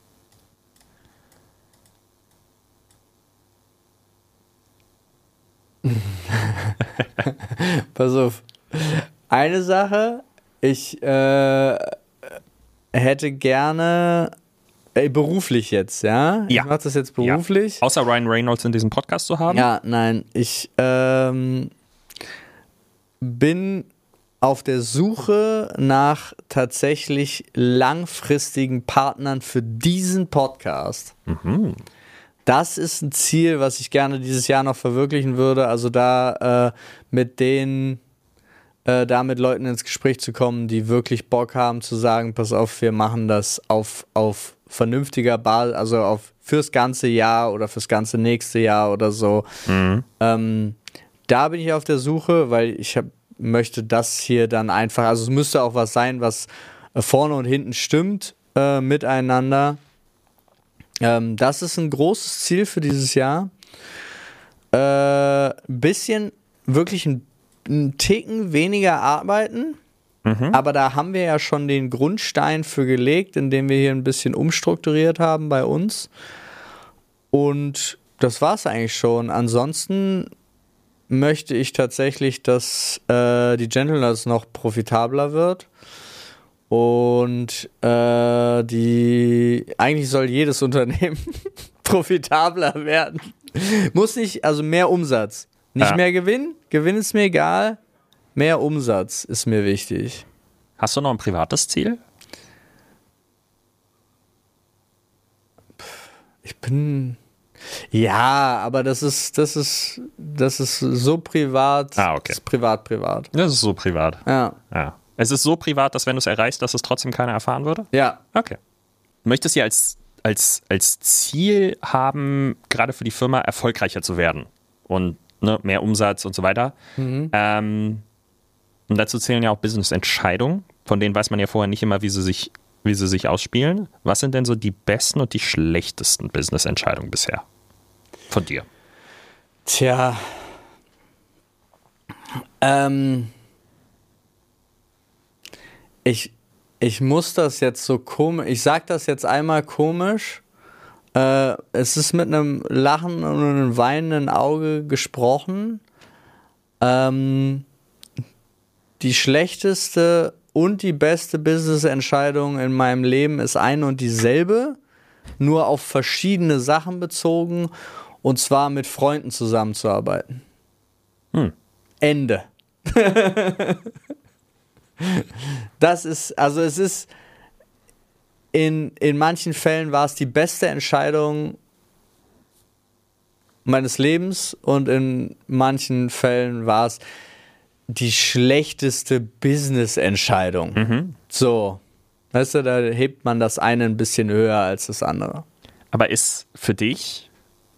Speaker 1: Pass auf. Eine Sache, ich äh, hätte gerne, äh, beruflich jetzt, ja?
Speaker 2: Ja.
Speaker 1: Ich mache das jetzt beruflich.
Speaker 2: Ja. Außer Ryan Reynolds in diesem Podcast zu haben?
Speaker 1: Ja, nein, ich ähm, bin auf der Suche nach tatsächlich langfristigen Partnern für diesen Podcast.
Speaker 2: Mhm.
Speaker 1: Das ist ein Ziel, was ich gerne dieses Jahr noch verwirklichen würde. Also da äh, mit den, äh, da mit Leuten ins Gespräch zu kommen, die wirklich Bock haben zu sagen, pass auf, wir machen das auf, auf vernünftiger Basis, also auf fürs ganze Jahr oder fürs ganze nächste Jahr oder so.
Speaker 2: Mhm.
Speaker 1: Ähm, da bin ich auf der Suche, weil ich hab, möchte das hier dann einfach, also es müsste auch was sein, was äh, vorne und hinten stimmt äh, miteinander. Ähm, das ist ein großes Ziel für dieses Jahr. Ein äh, bisschen, wirklich ein, ein Ticken weniger arbeiten.
Speaker 2: Mhm.
Speaker 1: Aber da haben wir ja schon den Grundstein für gelegt, indem wir hier ein bisschen umstrukturiert haben bei uns. Und das war es eigentlich schon. Ansonsten möchte ich tatsächlich, dass äh, die Gentleness noch profitabler wird. Und äh, die eigentlich soll jedes Unternehmen profitabler werden. Muss nicht, also mehr Umsatz. Nicht
Speaker 2: Ja.
Speaker 1: mehr Gewinn. Gewinn ist mir egal. Mehr Umsatz ist mir wichtig.
Speaker 2: Hast du noch ein privates Ziel?
Speaker 1: Ich bin. Ja, aber das ist, das ist, das ist so privat.
Speaker 2: Ah, okay.
Speaker 1: Das ist privat, privat.
Speaker 2: Das ist so privat.
Speaker 1: Ja.
Speaker 2: Ja. Es ist so privat, dass wenn du es erreichst, dass es trotzdem keiner erfahren würde?
Speaker 1: Ja.
Speaker 2: Okay. Du möchtest ja als, als, als Ziel haben, gerade für die Firma erfolgreicher zu werden und ne, mehr Umsatz und so weiter.
Speaker 1: Mhm.
Speaker 2: Ähm, und dazu zählen ja auch Business-Entscheidungen, von denen weiß man ja vorher nicht immer, wie sie sich, wie sie sich ausspielen. Was sind denn so die besten und die schlechtesten Business-Entscheidungen bisher von dir?
Speaker 1: Tja. Ähm. Ich, ich muss das jetzt so komisch, ich sag das jetzt einmal komisch, äh, es ist mit einem Lachen und einem weinenden Auge gesprochen. Ähm, die schlechteste und die beste Business-Entscheidung in meinem Leben ist eine und dieselbe, nur auf verschiedene Sachen bezogen, und zwar mit Freunden zusammenzuarbeiten.
Speaker 2: Hm.
Speaker 1: Ende. Das ist, also es ist, in, in manchen Fällen war es die beste Entscheidung meines Lebens und in manchen Fällen war es die schlechteste Business-Entscheidung. Mhm. So, weißt du, da hebt man das eine ein bisschen höher als das andere.
Speaker 2: Aber ist für dich,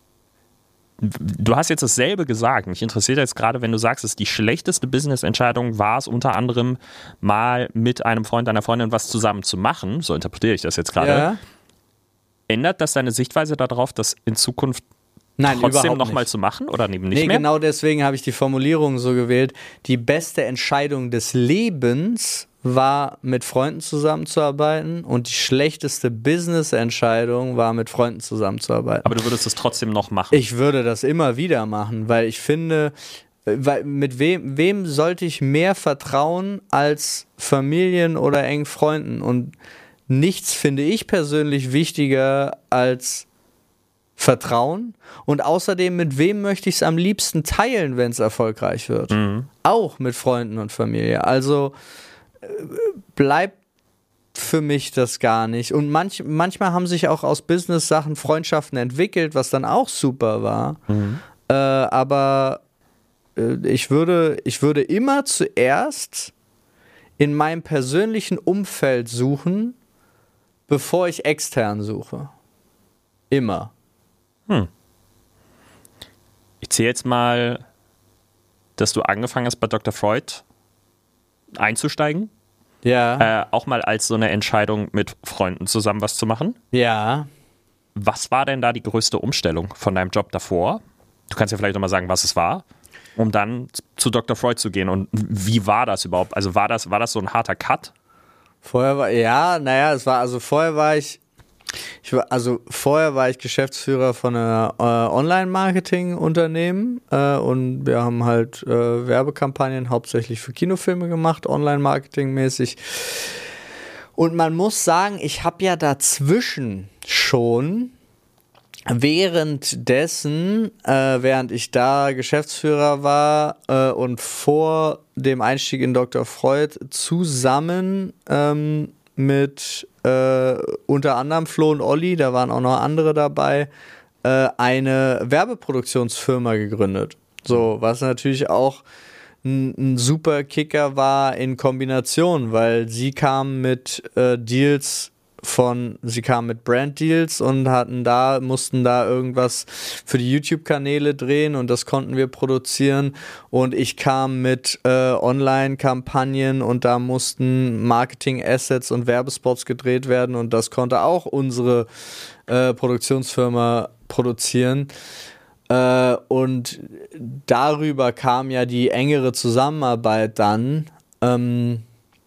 Speaker 2: du hast jetzt dasselbe gesagt, mich interessiert jetzt gerade, wenn du sagst, es ist die schlechteste Business-Entscheidung, war es unter anderem mal mit einem Freund, einer Freundin was zusammen zu machen, so interpretiere ich das jetzt gerade. Ja. Ändert das deine Sichtweise darauf, dass in Zukunft Nein, trotzdem nochmal zu machen oder eben nicht
Speaker 1: nee,
Speaker 2: mehr?
Speaker 1: Genau deswegen habe ich die Formulierung so gewählt. Die beste Entscheidung des Lebens war, mit Freunden zusammenzuarbeiten und die schlechteste Business-Entscheidung war, mit Freunden zusammenzuarbeiten.
Speaker 2: Aber du würdest es trotzdem noch machen?
Speaker 1: Ich würde das immer wieder machen, weil ich finde, weil mit wem, wem sollte ich mehr vertrauen als Familien oder engen Freunden? Und nichts finde ich persönlich wichtiger als Vertrauen. Und außerdem, mit wem möchte ich es am liebsten teilen, wenn es erfolgreich wird? Mhm. Auch mit Freunden und Familie. Also bleibt für mich das gar nicht. Und manch, manchmal haben sich auch aus Business-Sachen Freundschaften entwickelt, was dann auch super war. Mhm. Äh, aber äh, ich würde, ich würde immer zuerst in meinem persönlichen Umfeld suchen, bevor ich extern suche. Immer.
Speaker 2: Hm. Ich zähle jetzt mal, dass du angefangen hast, bei Doktor Freud einzusteigen.
Speaker 1: Ja.
Speaker 2: Äh, auch mal als so eine Entscheidung, mit Freunden zusammen was zu machen.
Speaker 1: Ja.
Speaker 2: Was war denn da die größte Umstellung von deinem Job davor? Du kannst ja vielleicht nochmal sagen, was es war, um dann zu Doktor Freud zu gehen. Und wie war das überhaupt? Also war das, war das so ein harter Cut?
Speaker 1: Vorher war, ja, naja, es war, also vorher war ich, ich war, also vorher war ich Geschäftsführer von einem äh, Online-Marketing-Unternehmen äh, und wir haben halt äh, Werbekampagnen hauptsächlich für Kinofilme gemacht, Online-Marketing-mäßig. Und man muss sagen, ich habe ja dazwischen schon währenddessen, äh, während ich da Geschäftsführer war äh, und vor dem Einstieg in Doktor Freud zusammen ähm, mit äh, unter anderem Flo und Olli, da waren auch noch andere dabei, äh, eine Werbeproduktionsfirma gegründet. So, was natürlich auch ein, ein super Kicker war in Kombination, weil sie kamen mit äh, Deals von, sie kamen mit Brand-Deals und hatten da, mussten da irgendwas für die YouTube-Kanäle drehen und das konnten wir produzieren und ich kam mit äh, Online-Kampagnen und da mussten Marketing-Assets und Werbespots gedreht werden und das konnte auch unsere äh, Produktionsfirma produzieren. Äh, und darüber kam ja die engere Zusammenarbeit dann ähm,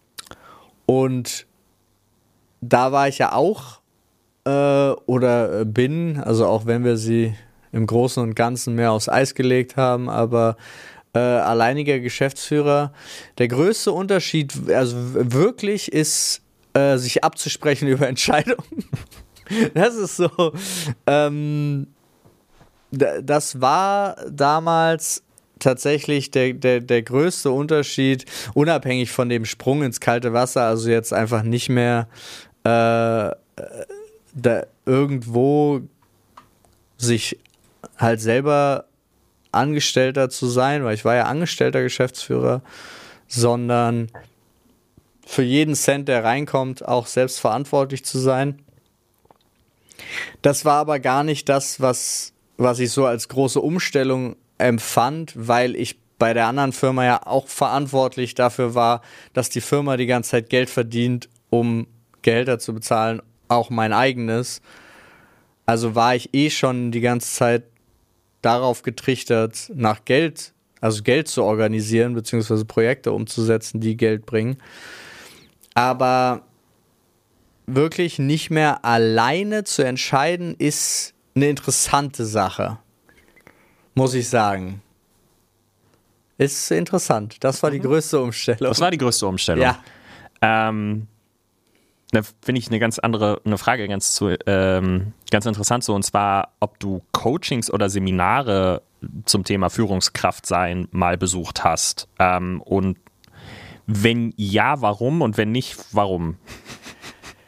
Speaker 1: und da war ich ja auch äh, oder bin, also auch wenn wir sie im Großen und Ganzen mehr aufs Eis gelegt haben, aber äh, alleiniger Geschäftsführer. Der größte Unterschied, also wirklich, ist, äh, sich abzusprechen über Entscheidungen. Das ist so, ähm, d- das war damals tatsächlich der, der, der größte Unterschied, unabhängig von dem Sprung ins kalte Wasser, also jetzt einfach nicht mehr äh, da irgendwo sich halt selber Angestellter zu sein, weil ich war ja angestellter Geschäftsführer, sondern für jeden Cent, der reinkommt, auch selbst verantwortlich zu sein. Das war aber gar nicht das, was, was ich so als große Umstellung empfand, weil ich bei der anderen Firma ja auch verantwortlich dafür war, dass die Firma die ganze Zeit Geld verdient, um Gehälter zu bezahlen, auch mein eigenes. Also war ich eh schon die ganze Zeit darauf getrichtert, nach Geld, also Geld zu organisieren, beziehungsweise Projekte umzusetzen, die Geld bringen. Aber wirklich nicht mehr alleine zu entscheiden, ist eine interessante Sache. Muss ich sagen. Ist interessant. Das war die größte Umstellung.
Speaker 2: Das war die größte Umstellung.
Speaker 1: Ja.
Speaker 2: Ähm, da finde ich eine ganz andere, eine Frage ganz, zu, ähm, ganz interessant so, und zwar, ob du Coachings oder Seminare zum Thema Führungskraft sein mal besucht hast. Ähm, und wenn ja, warum? Und wenn nicht, warum?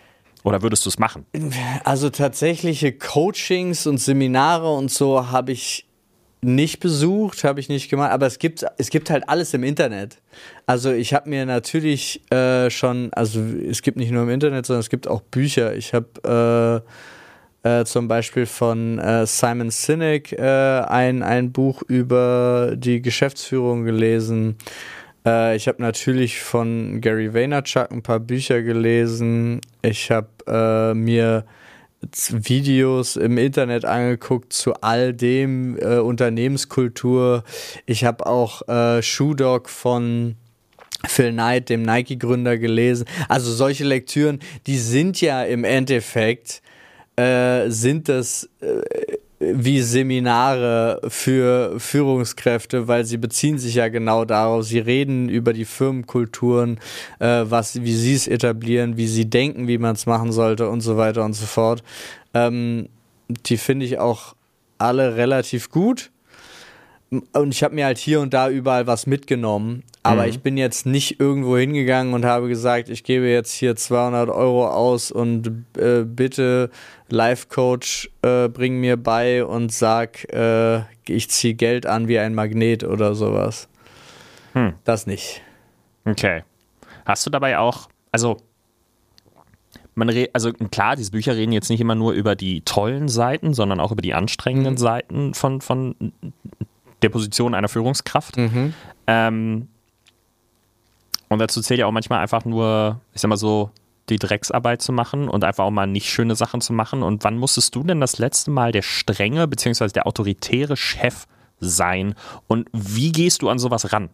Speaker 2: Oder würdest du es machen?
Speaker 1: Also tatsächliche Coachings und Seminare und so habe ich nicht besucht, habe ich nicht gemacht, aber es gibt, es gibt halt alles im Internet. Also ich habe mir natürlich äh, schon, also es gibt nicht nur im Internet, sondern es gibt auch Bücher. Ich habe äh, äh, zum Beispiel von äh, Simon Sinek äh, ein, ein Buch über die Geschäftsführung gelesen. Äh, ich habe natürlich von Gary Vaynerchuk ein paar Bücher gelesen. Ich habe äh, mir Videos im Internet angeguckt zu all dem, äh, Unternehmenskultur. Ich habe auch äh, Shoe Dog von Phil Knight, dem Nike-Gründer, gelesen. Also solche Lektüren, die sind ja im Endeffekt, äh, sind das äh, wie Seminare für Führungskräfte, weil sie beziehen sich ja genau darauf. Sie reden über die Firmenkulturen, äh, was, wie sie es etablieren, wie sie denken, wie man es machen sollte und so weiter und so fort. Ähm, die finde ich auch alle relativ gut. Und ich habe mir halt hier und da überall was mitgenommen, aber mhm. ich bin jetzt nicht irgendwo hingegangen und habe gesagt, ich gebe jetzt hier zweihundert Euro aus und äh, bitte Life-Coach äh, bring mir bei und sag, äh, ich ziehe Geld an wie ein Magnet oder sowas. Hm. Das nicht.
Speaker 2: Okay. Hast du dabei auch, also man re- also klar, diese Bücher reden jetzt nicht immer nur über die tollen Seiten, sondern auch über die anstrengenden mhm. Seiten von, von der Position einer Führungskraft. Mhm. Ähm, und dazu zählt ja auch manchmal einfach nur, ich sag mal so, die Drecksarbeit zu machen und einfach auch mal nicht schöne Sachen zu machen. Und wann musstest du denn das letzte Mal der strenge bzw. der autoritäre Chef sein? Und wie gehst du an sowas ran?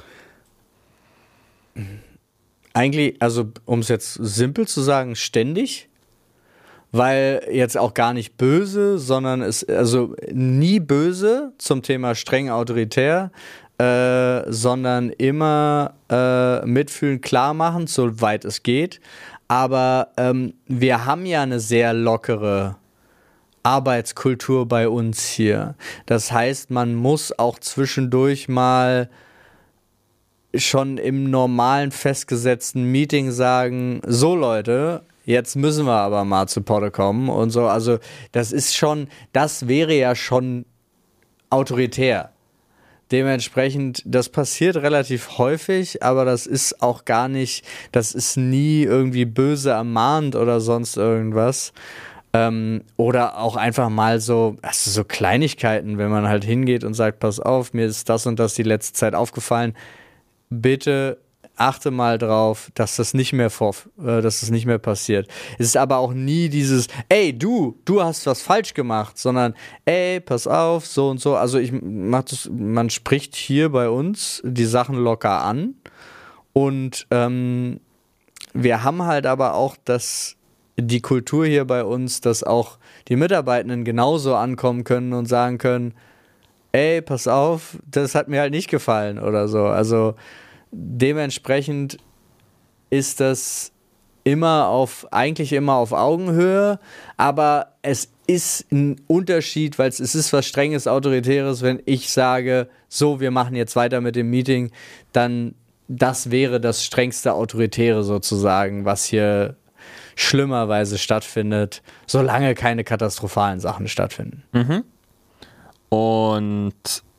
Speaker 1: Eigentlich, also um es jetzt simpel zu sagen, ständig. Weil jetzt auch gar nicht böse, sondern es, also nie böse zum Thema streng autoritär, äh, sondern immer äh, mitfühlen, klar machen, soweit es geht. Aber ähm, wir haben ja eine sehr lockere Arbeitskultur bei uns hier. Das heißt, man muss auch zwischendurch mal schon im normalen festgesetzten Meeting sagen, so Leute, jetzt müssen wir aber mal zu Potte kommen und so. Also das ist schon, das wäre ja schon autoritär. Dementsprechend, das passiert relativ häufig, aber das ist auch gar nicht, das ist nie irgendwie böse ermahnt oder sonst irgendwas. Ähm, oder auch einfach mal so, also so Kleinigkeiten, wenn man halt hingeht und sagt, pass auf, mir ist das und das die letzte Zeit aufgefallen. Bitte achte mal drauf, dass das nicht mehr vor, äh, dass das nicht mehr passiert. Es ist aber auch nie dieses, ey, du, du hast was falsch gemacht, sondern, ey, pass auf, so und so. Also ich mach das, man spricht hier bei uns die Sachen locker an und ähm, wir haben halt aber auch das, die Kultur hier bei uns, dass auch die Mitarbeitenden genauso ankommen können und sagen können, ey, pass auf, das hat mir halt nicht gefallen oder so. Also dementsprechend ist das immer auf, eigentlich immer auf Augenhöhe, aber es ist ein Unterschied, weil es, es ist was Strenges, Autoritäres, wenn ich sage, so, wir machen jetzt weiter mit dem Meeting, dann das wäre das strengste Autoritäre sozusagen, was hier schlimmerweise stattfindet, solange keine katastrophalen Sachen stattfinden.
Speaker 2: Mhm. Und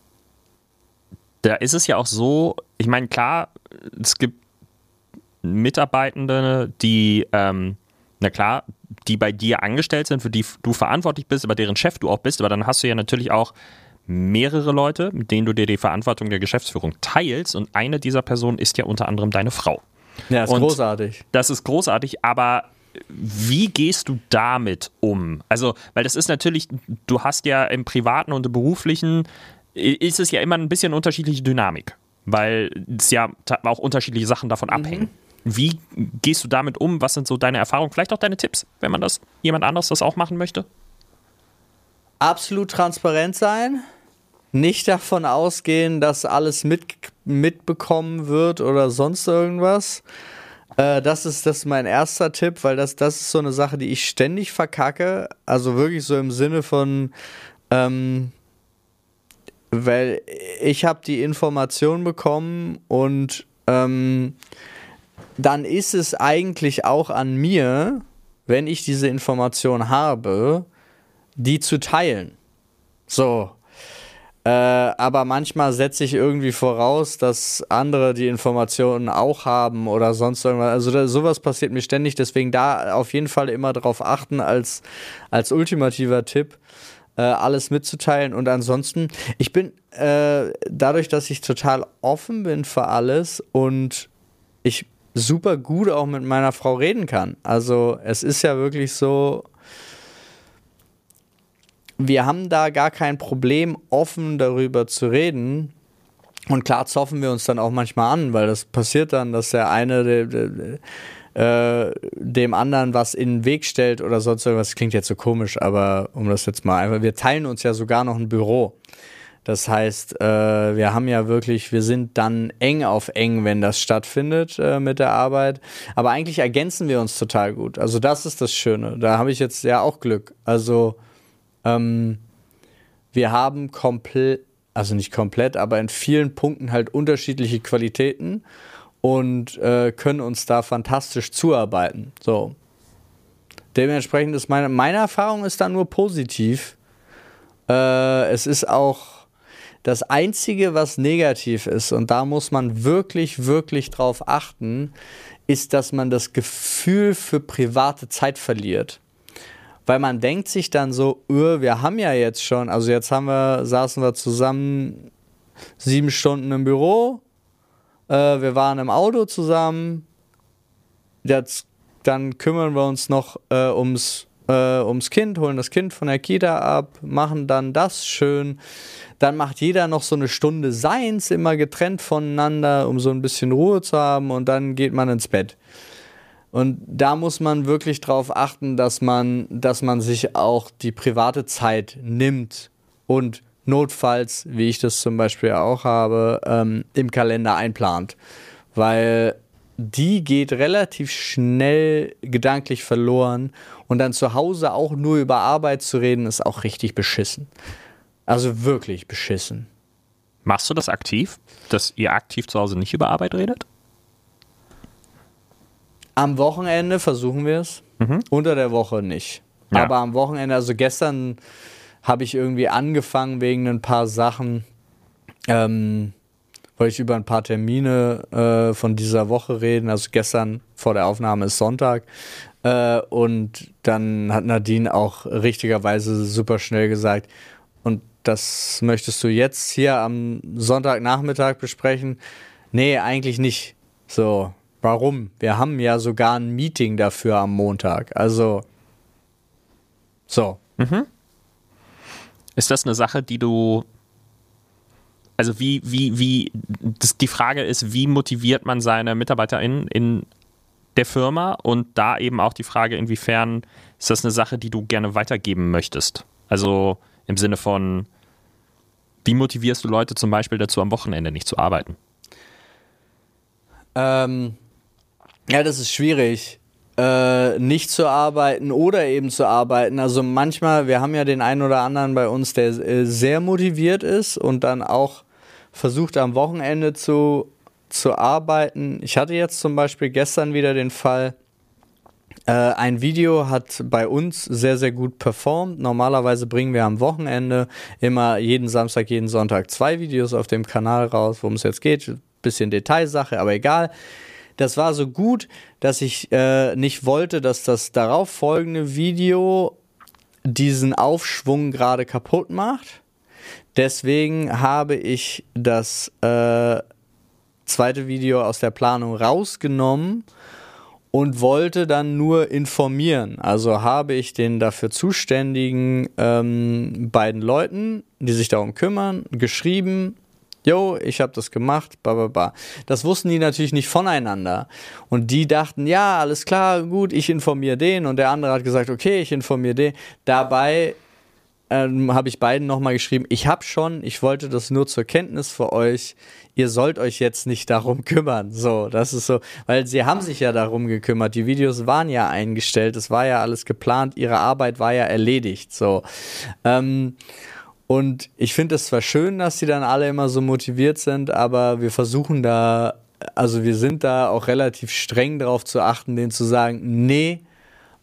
Speaker 2: da ist es ja auch so, ich meine, klar, es gibt Mitarbeitende, die, ähm, na klar, die bei dir angestellt sind, für die du verantwortlich bist, aber deren Chef du auch bist, aber dann hast du ja natürlich auch mehrere Leute, mit denen du dir die Verantwortung der Geschäftsführung teilst und eine dieser Personen ist ja unter anderem deine Frau.
Speaker 1: Ja, das ist
Speaker 2: und
Speaker 1: großartig.
Speaker 2: Das ist großartig, aber wie gehst du damit um? Also, weil das ist natürlich, du hast ja im Privaten und im Beruflichen, ist es ja immer ein bisschen unterschiedliche Dynamik, weil es ja auch unterschiedliche Sachen davon mhm. abhängen. Wie gehst du damit um? Was sind so deine Erfahrungen? Vielleicht auch deine Tipps, wenn man das, jemand anderes das auch machen möchte?
Speaker 1: Absolut transparent sein. Nicht davon ausgehen, dass alles mit, mitbekommen wird oder sonst irgendwas. Äh, das ist, das ist mein erster Tipp, weil das, das ist so eine Sache, die ich ständig verkacke. Also wirklich so im Sinne von, ähm, weil ich habe die Information bekommen und ähm, dann ist es eigentlich auch an mir, wenn ich diese Information habe, die zu teilen. So. Äh, aber manchmal setze ich irgendwie voraus, dass andere die Informationen auch haben oder sonst irgendwas. Also da, sowas passiert mir ständig, deswegen da auf jeden Fall immer drauf achten als, als ultimativer Tipp, äh, alles mitzuteilen. Und ansonsten, ich bin äh, dadurch, dass ich total offen bin für alles und ich super gut auch mit meiner Frau reden kann. Also es ist ja wirklich so, wir haben da gar kein Problem, offen darüber zu reden. Und klar zoffen wir uns dann auch manchmal an, weil das passiert dann, dass der eine de, de, de, äh, dem anderen was in den Weg stellt oder sonst irgendwas. Das klingt jetzt so komisch, aber um das jetzt mal einfach, wir teilen uns ja sogar noch ein Büro. Das heißt, äh, wir haben ja wirklich, wir sind dann eng auf eng, wenn das stattfindet äh, mit der Arbeit. Aber eigentlich ergänzen wir uns total gut. Also das ist das Schöne. Da habe ich jetzt ja auch Glück. Also Ähm, wir haben komplett, also nicht komplett, aber in vielen Punkten halt unterschiedliche Qualitäten und äh, können uns da fantastisch zuarbeiten. So. Dementsprechend ist meine, meine Erfahrung ist da nur positiv. Äh, es ist auch das Einzige, was negativ ist, und da muss man wirklich, wirklich drauf achten, ist, dass man das Gefühl für private Zeit verliert. Weil man denkt sich dann so, öh, wir haben ja jetzt schon, also jetzt haben wir, saßen wir zusammen sieben Stunden im Büro, äh, wir waren im Auto zusammen, jetzt, dann kümmern wir uns noch äh, ums, äh, ums Kind, holen das Kind von der Kita ab, machen dann das schön, dann macht jeder noch so eine Stunde seins, immer getrennt voneinander, um so ein bisschen Ruhe zu haben, und dann geht man ins Bett. Und da muss man wirklich drauf achten, dass man, dass man sich auch die private Zeit nimmt und notfalls, wie ich das zum Beispiel auch habe, ähm, im Kalender einplant. Weil die geht relativ schnell gedanklich verloren, und dann zu Hause auch nur über Arbeit zu reden, ist auch richtig beschissen. Also wirklich beschissen.
Speaker 2: Machst du das aktiv, dass ihr aktiv zu Hause nicht über Arbeit redet?
Speaker 1: Am Wochenende versuchen wir es, mhm. unter der Woche nicht. Ja. Aber am Wochenende, also gestern habe ich irgendwie angefangen wegen ein paar Sachen, ähm, wollte ich über ein paar Termine äh, von dieser Woche reden. Also gestern vor der Aufnahme ist Sonntag. Äh, und dann hat Nadine auch richtigerweise super schnell gesagt, und das möchtest du jetzt hier am Sonntagnachmittag besprechen? Nee, eigentlich nicht. So. Warum? Wir haben ja sogar ein Meeting dafür am Montag. Also, so.
Speaker 2: Mhm. Ist das eine Sache, die du, also wie, wie, wie, das, die Frage ist, wie motiviert man seine MitarbeiterInnen in der Firma, und da eben auch die Frage, inwiefern ist das eine Sache, die du gerne weitergeben möchtest? Also im Sinne von, wie motivierst du Leute zum Beispiel dazu, am Wochenende nicht zu arbeiten?
Speaker 1: Ähm, Ja, das ist schwierig, äh, nicht zu arbeiten oder eben zu arbeiten. Also manchmal, wir haben ja den einen oder anderen bei uns, der äh, sehr motiviert ist und dann auch versucht, am Wochenende zu, zu arbeiten. Ich hatte jetzt zum Beispiel gestern wieder den Fall, äh, ein Video hat bei uns sehr, sehr gut performt. Normalerweise bringen wir am Wochenende immer jeden Samstag, jeden Sonntag zwei Videos auf dem Kanal raus, worum es jetzt geht. Bisschen Detailsache, aber egal. Das war so gut, dass ich äh, nicht wollte, dass das darauf folgende Video diesen Aufschwung gerade kaputt macht. Deswegen habe ich das äh, zweite Video aus der Planung rausgenommen und wollte dann nur informieren. Also habe ich den dafür zuständigen ähm, beiden Leuten, die sich darum kümmern, geschrieben: Jo, ich habe das gemacht, bla bla bla. Das wussten die natürlich nicht voneinander. Und die dachten, ja, alles klar, gut, ich informiere den. Und der andere hat gesagt, okay, ich informiere den. Dabei ähm, habe ich beiden nochmal geschrieben, ich habe schon, ich wollte das nur zur Kenntnis für euch, ihr sollt euch jetzt nicht darum kümmern. So, das ist so, weil sie haben sich ja darum gekümmert. Die Videos waren ja eingestellt, es war ja alles geplant, ihre Arbeit war ja erledigt. So, ähm, Und ich finde es zwar schön, dass die dann alle immer so motiviert sind, aber wir versuchen da, also wir sind da auch relativ streng drauf zu achten, denen zu sagen, nee,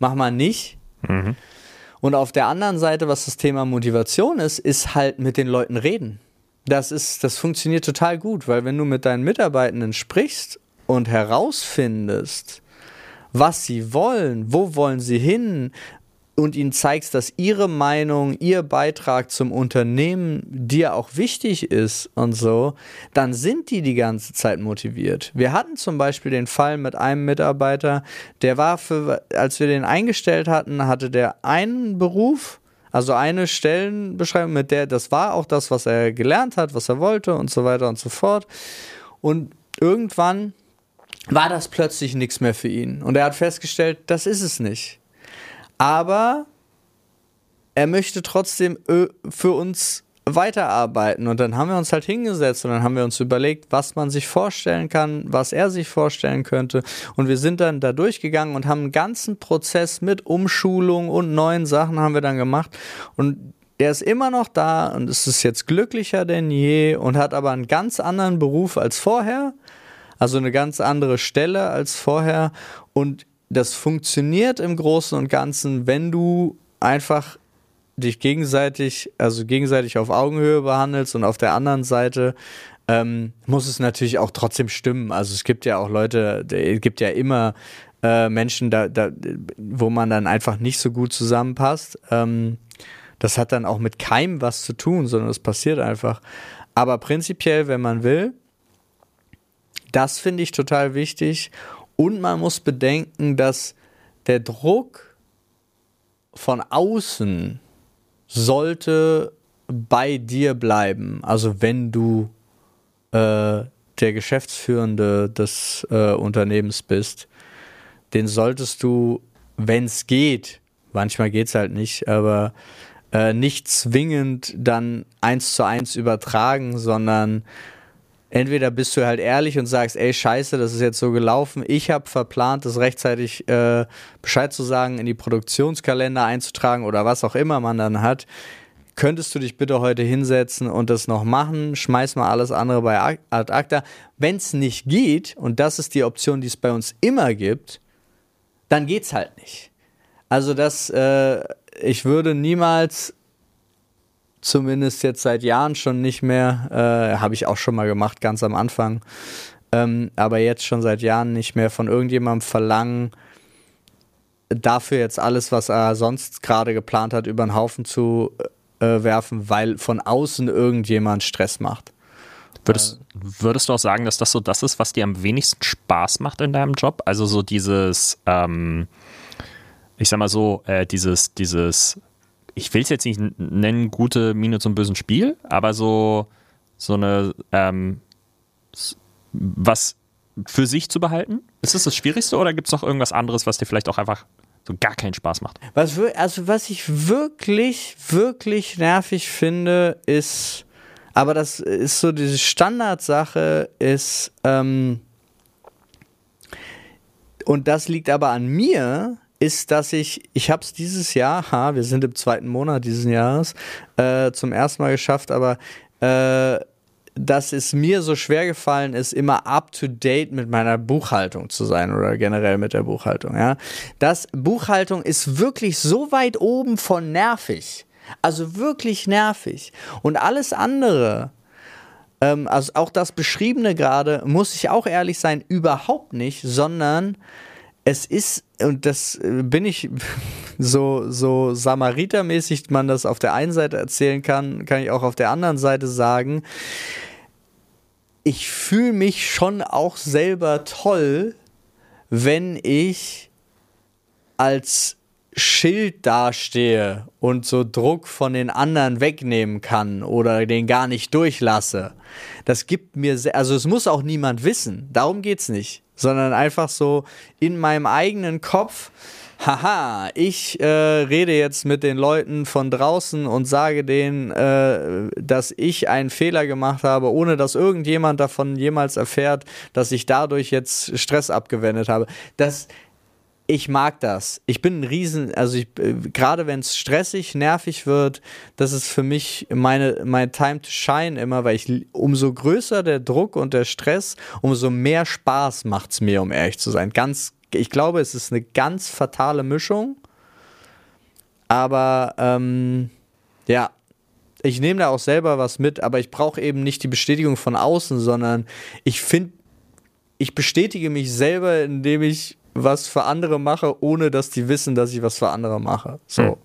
Speaker 1: mach mal nicht.
Speaker 2: Mhm.
Speaker 1: Und auf der anderen Seite, was das Thema Motivation ist, ist halt mit den Leuten reden. Das ist, das funktioniert total gut, weil wenn du mit deinen Mitarbeitenden sprichst und herausfindest, was sie wollen, wo wollen sie hin und ihnen zeigst, dass ihre Meinung, ihr Beitrag zum Unternehmen dir auch wichtig ist und so, dann sind die die ganze Zeit motiviert. Wir hatten zum Beispiel den Fall mit einem Mitarbeiter, der war für, als wir den eingestellt hatten, hatte der einen Beruf, also eine Stellenbeschreibung, mit der, das war auch das, was er gelernt hat, was er wollte und so weiter und so fort. Und irgendwann war das plötzlich nichts mehr für ihn. Und er hat festgestellt, das ist es nicht. Aber er möchte trotzdem für uns weiterarbeiten. Und dann haben wir uns halt hingesetzt und dann haben wir uns überlegt, was man sich vorstellen kann, was er sich vorstellen könnte. Und wir sind dann da durchgegangen und haben einen ganzen Prozess mit Umschulung und neuen Sachen haben wir dann gemacht. Und er ist immer noch da und ist es jetzt glücklicher denn je und hat aber einen ganz anderen Beruf als vorher. Also eine ganz andere Stelle als vorher. Und das funktioniert im Großen und Ganzen, wenn du einfach dich gegenseitig, also gegenseitig auf Augenhöhe behandelst und auf der anderen Seite ähm, muss es natürlich auch trotzdem stimmen. Also es gibt ja auch Leute, es gibt ja immer äh, Menschen, da, da, wo man dann einfach nicht so gut zusammenpasst. Ähm, das hat dann auch mit keinem was zu tun, sondern es passiert einfach. Aber prinzipiell, wenn man will, das finde ich total wichtig. Und man muss bedenken, dass der Druck von außen sollte bei dir bleiben. Also wenn du äh, der Geschäftsführende des äh, Unternehmens bist, den solltest du, wenn es geht, manchmal geht es halt nicht, aber äh, nicht zwingend dann eins zu eins übertragen, sondern entweder bist du halt ehrlich und sagst, ey, scheiße, das ist jetzt so gelaufen, ich habe verplant, das rechtzeitig äh, Bescheid zu sagen, in die Produktionskalender einzutragen oder was auch immer man dann hat. Könntest du dich bitte heute hinsetzen und das noch machen? Schmeiß mal alles andere bei ad acta. Wenn es nicht geht, und das ist die Option, die es bei uns immer gibt, dann geht's halt nicht. Also das, äh, ich würde niemals, zumindest jetzt seit Jahren schon nicht mehr, äh, habe ich auch schon mal gemacht, ganz am Anfang, ähm, aber jetzt schon seit Jahren nicht mehr von irgendjemandem verlangen, dafür jetzt alles, was er sonst gerade geplant hat, über den Haufen zu äh, werfen, weil von außen irgendjemand Stress macht.
Speaker 2: Würdest, würdest du auch sagen, dass das so das ist, was dir am wenigsten Spaß macht in deinem Job? Also so dieses, ähm, ich sag mal so, äh, dieses, dieses ich will es jetzt nicht nennen, gute Miene zum bösen Spiel, aber so, so eine, ähm, was für sich zu behalten? Ist das das Schwierigste oder gibt es noch irgendwas anderes, was dir vielleicht auch einfach so gar keinen Spaß macht?
Speaker 1: Was, also was ich wirklich, wirklich nervig finde, ist, aber das ist so diese Standardsache, ist, ähm, und das liegt aber an mir, ist, dass ich, ich habe es dieses Jahr, ha, wir sind im zweiten Monat dieses Jahres, äh, zum ersten Mal geschafft, aber äh, dass es mir so schwer gefallen ist, immer up-to-date mit meiner Buchhaltung zu sein oder generell mit der Buchhaltung. Ja? Das Buchhaltung ist wirklich so weit oben von nervig, also wirklich nervig. Und alles andere, ähm, also auch das Beschriebene gerade, muss ich auch ehrlich sein, überhaupt nicht, sondern es ist, und das bin ich so, so Samaritermäßig, man das auf der einen Seite erzählen kann, kann ich auch auf der anderen Seite sagen, ich fühle mich schon auch selber toll, wenn ich als Schild dastehe und so Druck von den anderen wegnehmen kann oder den gar nicht durchlasse. Das gibt mir, sehr, also es muss auch niemand wissen, darum geht's nicht, sondern einfach so in meinem eigenen Kopf, haha, ich äh, rede jetzt mit den Leuten von draußen und sage denen, äh, dass ich einen Fehler gemacht habe, ohne dass irgendjemand davon jemals erfährt, dass ich dadurch jetzt Stress abgewendet habe. Das Ich mag das. Ich bin ein Riesen, also ich, äh, gerade wenn es stressig, nervig wird, das ist für mich meine, mein Time to shine immer, weil ich, umso größer der Druck und der Stress, umso mehr Spaß macht es mir, um ehrlich zu sein. Ganz, ich glaube, es ist eine ganz fatale Mischung. Aber ähm, ja, ich nehme da auch selber was mit, aber ich brauche eben nicht die Bestätigung von außen, sondern ich finde, ich bestätige mich selber, indem ich was für andere mache, ohne dass die wissen, dass ich was für andere mache. So.
Speaker 2: Hm.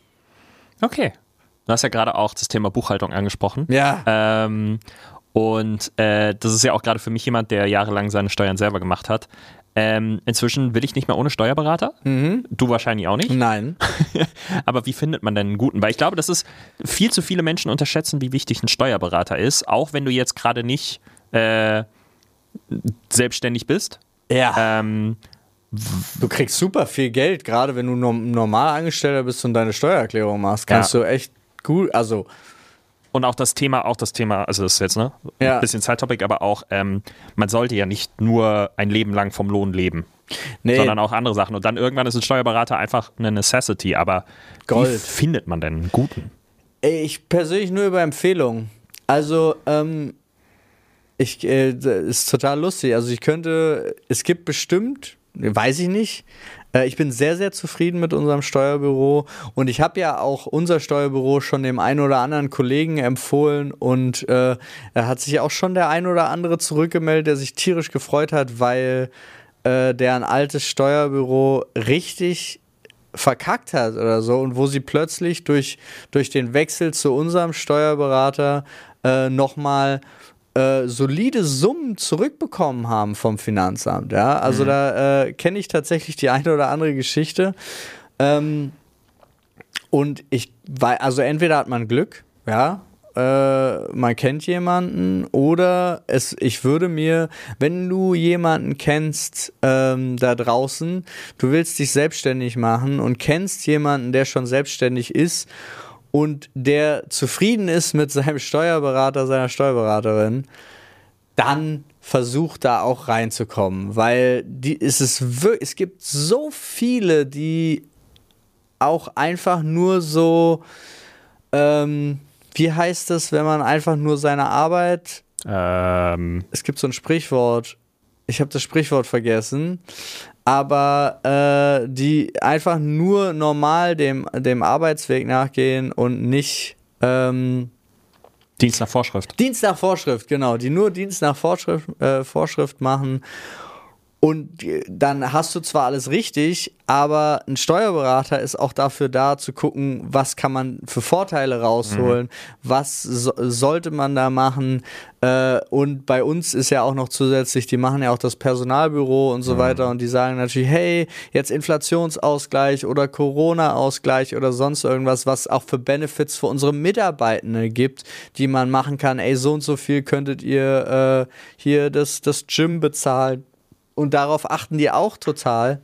Speaker 2: Okay. Du hast ja gerade auch das Thema Buchhaltung angesprochen.
Speaker 1: Ja.
Speaker 2: Ähm, und äh, das ist ja auch gerade für mich jemand, der jahrelang seine Steuern selber gemacht hat. Ähm, inzwischen will ich nicht mehr ohne Steuerberater.
Speaker 1: Mhm.
Speaker 2: Du wahrscheinlich auch nicht.
Speaker 1: Nein.
Speaker 2: Aber wie findet man denn einen guten? Weil ich glaube, dass es viel zu viele Menschen unterschätzen, wie wichtig ein Steuerberater ist, auch wenn du jetzt gerade nicht äh, selbstständig bist.
Speaker 1: Ja.
Speaker 2: Ähm,
Speaker 1: du kriegst super viel Geld, gerade wenn du normal Angestellter bist und deine Steuererklärung machst. Kannst ja. du echt gut, also
Speaker 2: und auch das Thema, auch das Thema, also das ist jetzt ne,
Speaker 1: ja.
Speaker 2: ein bisschen Zeittopic, aber auch, ähm, man sollte ja nicht nur ein Leben lang vom Lohn leben, nee. sondern auch andere Sachen. Und dann irgendwann ist ein Steuerberater einfach eine Necessity, aber Gold. Wie findet man denn einen guten?
Speaker 1: Ich persönlich nur über Empfehlungen. Also, ähm, ich, äh, ist total lustig. Also ich könnte, es gibt bestimmt, weiß ich nicht, ich bin sehr, sehr zufrieden mit unserem Steuerbüro und ich habe ja auch unser Steuerbüro schon dem einen oder anderen Kollegen empfohlen und äh, da hat sich auch schon der ein oder andere zurückgemeldet, der sich tierisch gefreut hat, weil äh, der ein altes Steuerbüro richtig verkackt hat oder so und wo sie plötzlich durch, durch den Wechsel zu unserem Steuerberater äh, nochmal solide Summen zurückbekommen haben vom Finanzamt. Ja? Also mhm. da äh, kenne ich tatsächlich die eine oder andere Geschichte. Ähm, und ich weiß, also entweder hat man Glück, ja, äh, man kennt jemanden, oder es, ich würde mir, wenn du jemanden kennst ähm, da draußen, du willst dich selbstständig machen und kennst jemanden, der schon selbstständig ist und der zufrieden ist mit seinem Steuerberater, seiner Steuerberaterin, dann versucht da auch reinzukommen, weil die, es, ist wirklich, es gibt so viele, die auch einfach nur so, ähm, wie heißt es, wenn man einfach nur seine Arbeit,
Speaker 2: ähm.
Speaker 1: es gibt so ein Sprichwort, ich habe das Sprichwort vergessen, aber äh, die einfach nur normal dem, dem Arbeitsweg nachgehen und nicht ähm,
Speaker 2: Dienst nach Vorschrift.
Speaker 1: Dienst nach Vorschrift, genau, die nur Dienst nach Vorschrift, äh, Vorschrift machen. Und dann hast du zwar alles richtig, aber ein Steuerberater ist auch dafür da, zu gucken, was kann man für Vorteile rausholen, mhm. was so, sollte man da machen. Äh, und bei uns ist ja auch noch zusätzlich, die machen ja auch das Personalbüro und so mhm. weiter und die sagen natürlich, hey, jetzt Inflationsausgleich oder Corona-Ausgleich oder sonst irgendwas, was auch für Benefits für unsere Mitarbeitenden gibt, die man machen kann. Ey, so und so viel könntet ihr äh, hier das, das Gym bezahlen. Und darauf achten die auch total.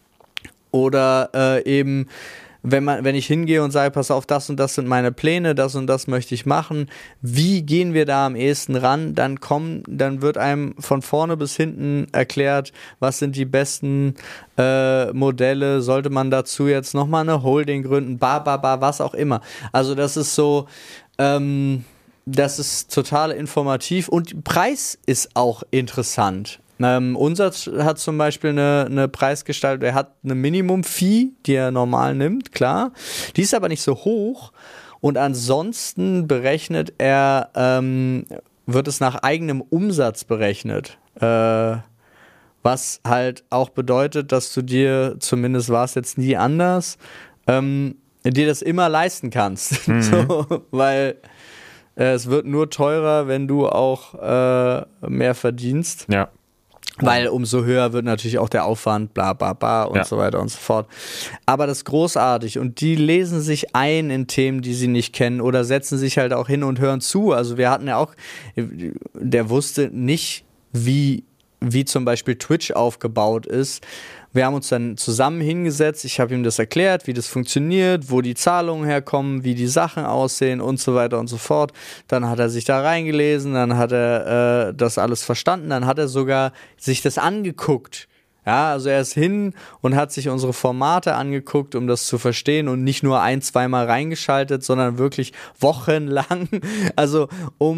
Speaker 1: Oder äh, eben, wenn man, wenn ich hingehe und sage, pass auf, das und das sind meine Pläne, das und das möchte ich machen, wie gehen wir da am ehesten ran? Dann kommen, dann wird einem von vorne bis hinten erklärt, was sind die besten äh, Modelle, sollte man dazu jetzt nochmal eine Holding gründen, ba, ba, ba, was auch immer. Also das ist so, ähm, das ist total informativ und Preis ist auch interessant. Ähm, unser hat zum Beispiel eine, eine Preisgestaltung, er hat eine Minimum-Fee, die er normal nimmt, klar. Die ist aber nicht so hoch und ansonsten berechnet er, ähm, wird es nach eigenem Umsatz berechnet. Äh, was halt auch bedeutet, dass du dir, zumindest war es jetzt nie anders, ähm, dir das immer leisten kannst. Mhm. So, weil äh, es wird nur teurer, wenn du auch äh, mehr verdienst.
Speaker 2: Ja.
Speaker 1: Weil umso höher wird natürlich auch der Aufwand, bla bla bla und ja. so weiter und so fort. Aber das ist großartig und die lesen sich ein in Themen, die sie nicht kennen oder setzen sich halt auch hin und hören zu. Also wir hatten ja auch, der wusste nicht, wie, wie zum Beispiel Twitch aufgebaut ist. Wir haben uns dann zusammen hingesetzt, ich habe ihm das erklärt, wie das funktioniert, wo die Zahlungen herkommen, wie die Sachen aussehen und so weiter und so fort. Dann hat er sich da reingelesen, dann hat er äh, das alles verstanden, dann hat er sogar sich das angeguckt. Ja, also er ist hin und hat sich unsere Formate angeguckt, um das zu verstehen und nicht nur ein-, zweimal reingeschaltet, sondern wirklich wochenlang, also um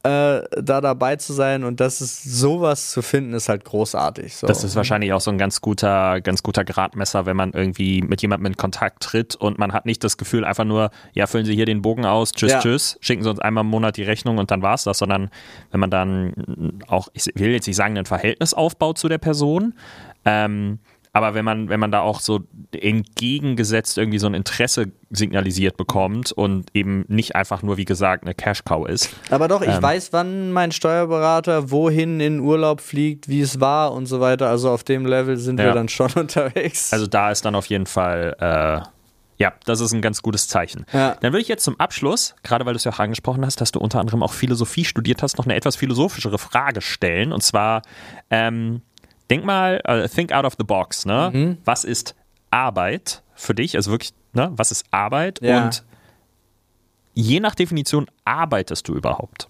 Speaker 1: äh, da dabei zu sein und das ist, sowas zu finden, ist halt großartig. So.
Speaker 2: Das ist wahrscheinlich auch so ein ganz guter, ganz guter Gradmesser, wenn man irgendwie mit jemandem in Kontakt tritt und man hat nicht das Gefühl, einfach nur, ja, füllen Sie hier den Bogen aus, tschüss, ja. tschüss, schicken Sie uns einmal im Monat die Rechnung und dann war's das, sondern wenn man dann auch, ich will jetzt nicht sagen, ein Verhältnis aufbaut zu der Person, ähm, aber wenn man, wenn man da auch so entgegengesetzt irgendwie so ein Interesse signalisiert bekommt und eben nicht einfach nur, wie gesagt, eine Cash-Cow ist.
Speaker 1: Aber doch, ich
Speaker 2: ähm,
Speaker 1: weiß, wann mein Steuerberater wohin in Urlaub fliegt, wie es war und so weiter. Also auf dem Level sind ja. wir dann schon unterwegs.
Speaker 2: Also da ist dann auf jeden Fall, äh, ja, das ist ein ganz gutes Zeichen. Ja. Dann würde ich jetzt zum Abschluss, gerade weil du es ja auch angesprochen hast, dass du unter anderem auch Philosophie studiert hast, noch eine etwas philosophischere Frage stellen. Und zwar, ähm, denk mal, uh, think out of the box, ne? Mhm. Was ist Arbeit für dich? Also wirklich, ne? Was ist Arbeit? Ja. Und je nach Definition arbeitest du überhaupt?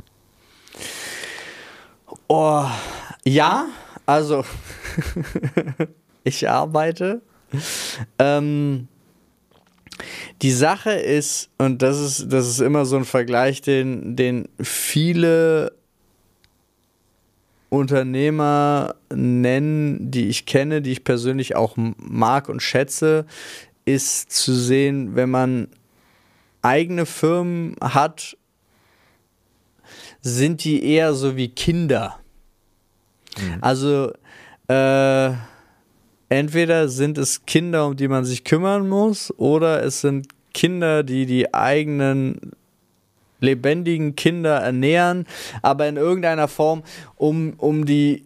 Speaker 1: Oh, ja, also ich arbeite. Ähm, die Sache ist, und das ist, das ist immer so ein Vergleich, den, den viele Unternehmer nennen, die ich kenne, die ich persönlich auch mag und schätze, ist zu sehen, wenn man eigene Firmen hat, sind die eher so wie Kinder. Mhm. Also äh, entweder sind es Kinder, um die man sich kümmern muss, oder es sind Kinder, die die eigenen lebendigen Kinder ernähren, aber in irgendeiner Form, um, um die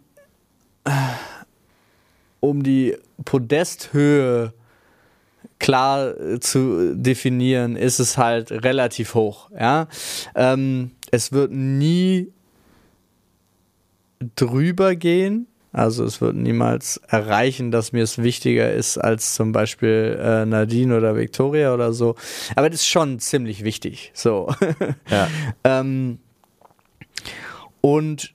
Speaker 1: um die Podesthöhe klar zu definieren, ist es halt relativ hoch. Ja? Ähm, es wird nie drüber gehen, also es wird niemals erreichen, dass mir es wichtiger ist als zum Beispiel äh, Nadine oder Victoria oder so. Aber das ist schon ziemlich wichtig. So. Ja. ähm, und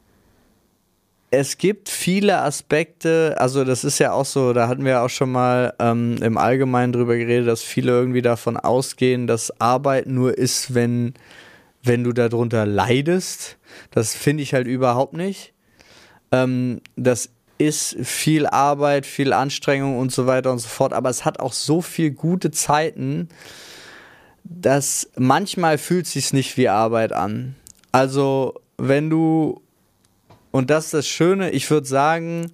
Speaker 1: es gibt viele Aspekte, also das ist ja auch so, da hatten wir auch schon mal ähm, im Allgemeinen drüber geredet, dass viele irgendwie davon ausgehen, dass Arbeit nur ist, wenn, wenn du darunter leidest. Das finde ich halt überhaupt nicht. Ähm, das ist viel Arbeit, viel Anstrengung und so weiter und so fort, aber es hat auch so viel gute Zeiten, dass manchmal fühlt es sich nicht wie Arbeit an. Also wenn du, und das ist das Schöne, ich würde sagen,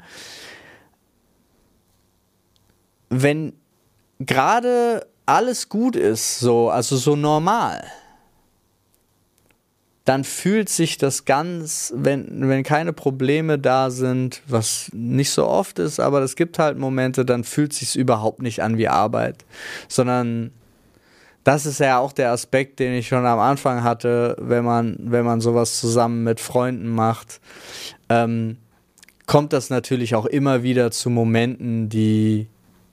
Speaker 1: wenn gerade alles gut ist, so, also so normal, dann fühlt sich das ganz, wenn, wenn keine Probleme da sind, was nicht so oft ist, aber es gibt halt Momente, dann fühlt es sich überhaupt nicht an wie Arbeit, sondern das ist ja auch der Aspekt, den ich schon am Anfang hatte, wenn man, wenn man sowas zusammen mit Freunden macht, ähm, kommt das natürlich auch immer wieder zu Momenten, die,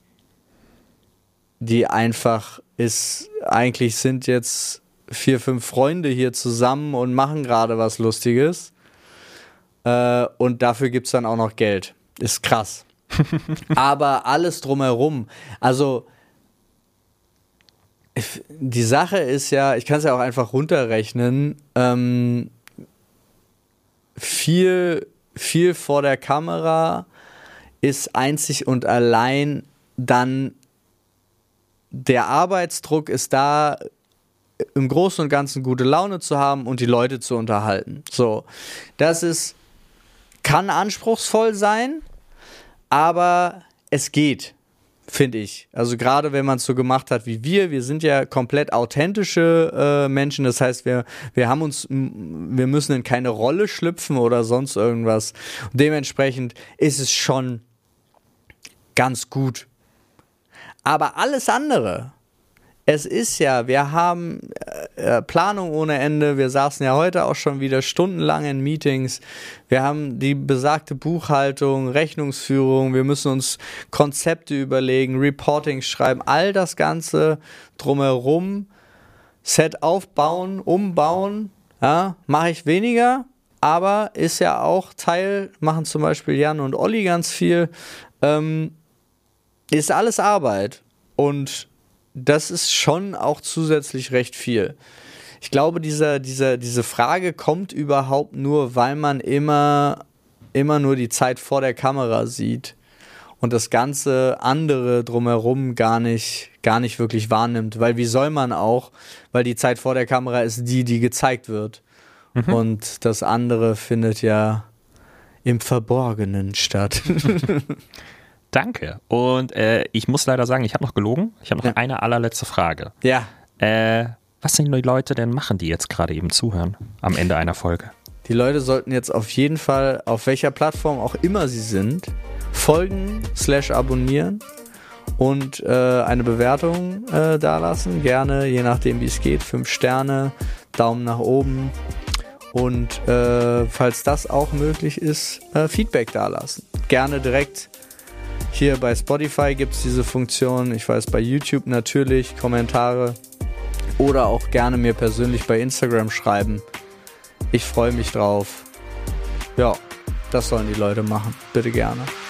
Speaker 1: die einfach ist, eigentlich sind jetzt vier, fünf Freunde hier zusammen und machen gerade was Lustiges. Äh, und dafür gibt es dann auch noch Geld. Ist krass. Aber alles drumherum, also die Sache ist ja, ich kann es ja auch einfach runterrechnen, ähm, viel, viel vor der Kamera ist einzig und allein dann der Arbeitsdruck ist da, im Großen und Ganzen gute Laune zu haben und die Leute zu unterhalten. So, das ist, kann anspruchsvoll sein, aber es geht, finde ich. Also gerade wenn man es so gemacht hat wie wir, wir sind ja komplett authentische äh, Menschen, das heißt, wir, wir haben uns, wir müssen in keine Rolle schlüpfen oder sonst irgendwas. Und dementsprechend ist es schon ganz gut. Aber alles andere, es ist ja, wir haben äh, Planung ohne Ende, wir saßen ja heute auch schon wieder stundenlang in Meetings, wir haben die besagte Buchhaltung, Rechnungsführung, wir müssen uns Konzepte überlegen, Reporting schreiben, all das Ganze drumherum, Set aufbauen, umbauen, ja, mache ich weniger, aber ist ja auch Teil, machen zum Beispiel Jan und Olli ganz viel, ähm, ist alles Arbeit und das ist schon auch zusätzlich recht viel. ich glaube, dieser, dieser, diese Frage kommt überhaupt nur, weil man immer, immer nur die Zeit vor der Kamera sieht und das ganze andere drumherum gar nicht, gar nicht wirklich wahrnimmt. Weil wie soll man auch, weil die Zeit vor der Kamera ist die, die gezeigt wird. Mhm. Und das andere findet ja im Verborgenen statt.
Speaker 2: Danke. Und äh, ich muss leider sagen, ich habe noch gelogen. Ich habe noch ja. eine allerletzte Frage.
Speaker 1: Ja.
Speaker 2: Äh, was sollen die Leute denn machen, die jetzt gerade eben zuhören am Ende einer Folge?
Speaker 1: Die Leute sollten jetzt auf jeden Fall, auf welcher Plattform auch immer sie sind, folgen slash abonnieren und äh, eine Bewertung äh, dalassen. Gerne, je nachdem wie es geht, fünf Sterne, Daumen nach oben und äh, falls das auch möglich ist, äh, Feedback dalassen. Gerne direkt hier bei Spotify gibt es diese Funktion, ich weiß bei YouTube natürlich, Kommentare oder auch gerne mir persönlich bei Instagram schreiben. Ich freue mich drauf. Ja, das sollen die Leute machen. Bitte gerne.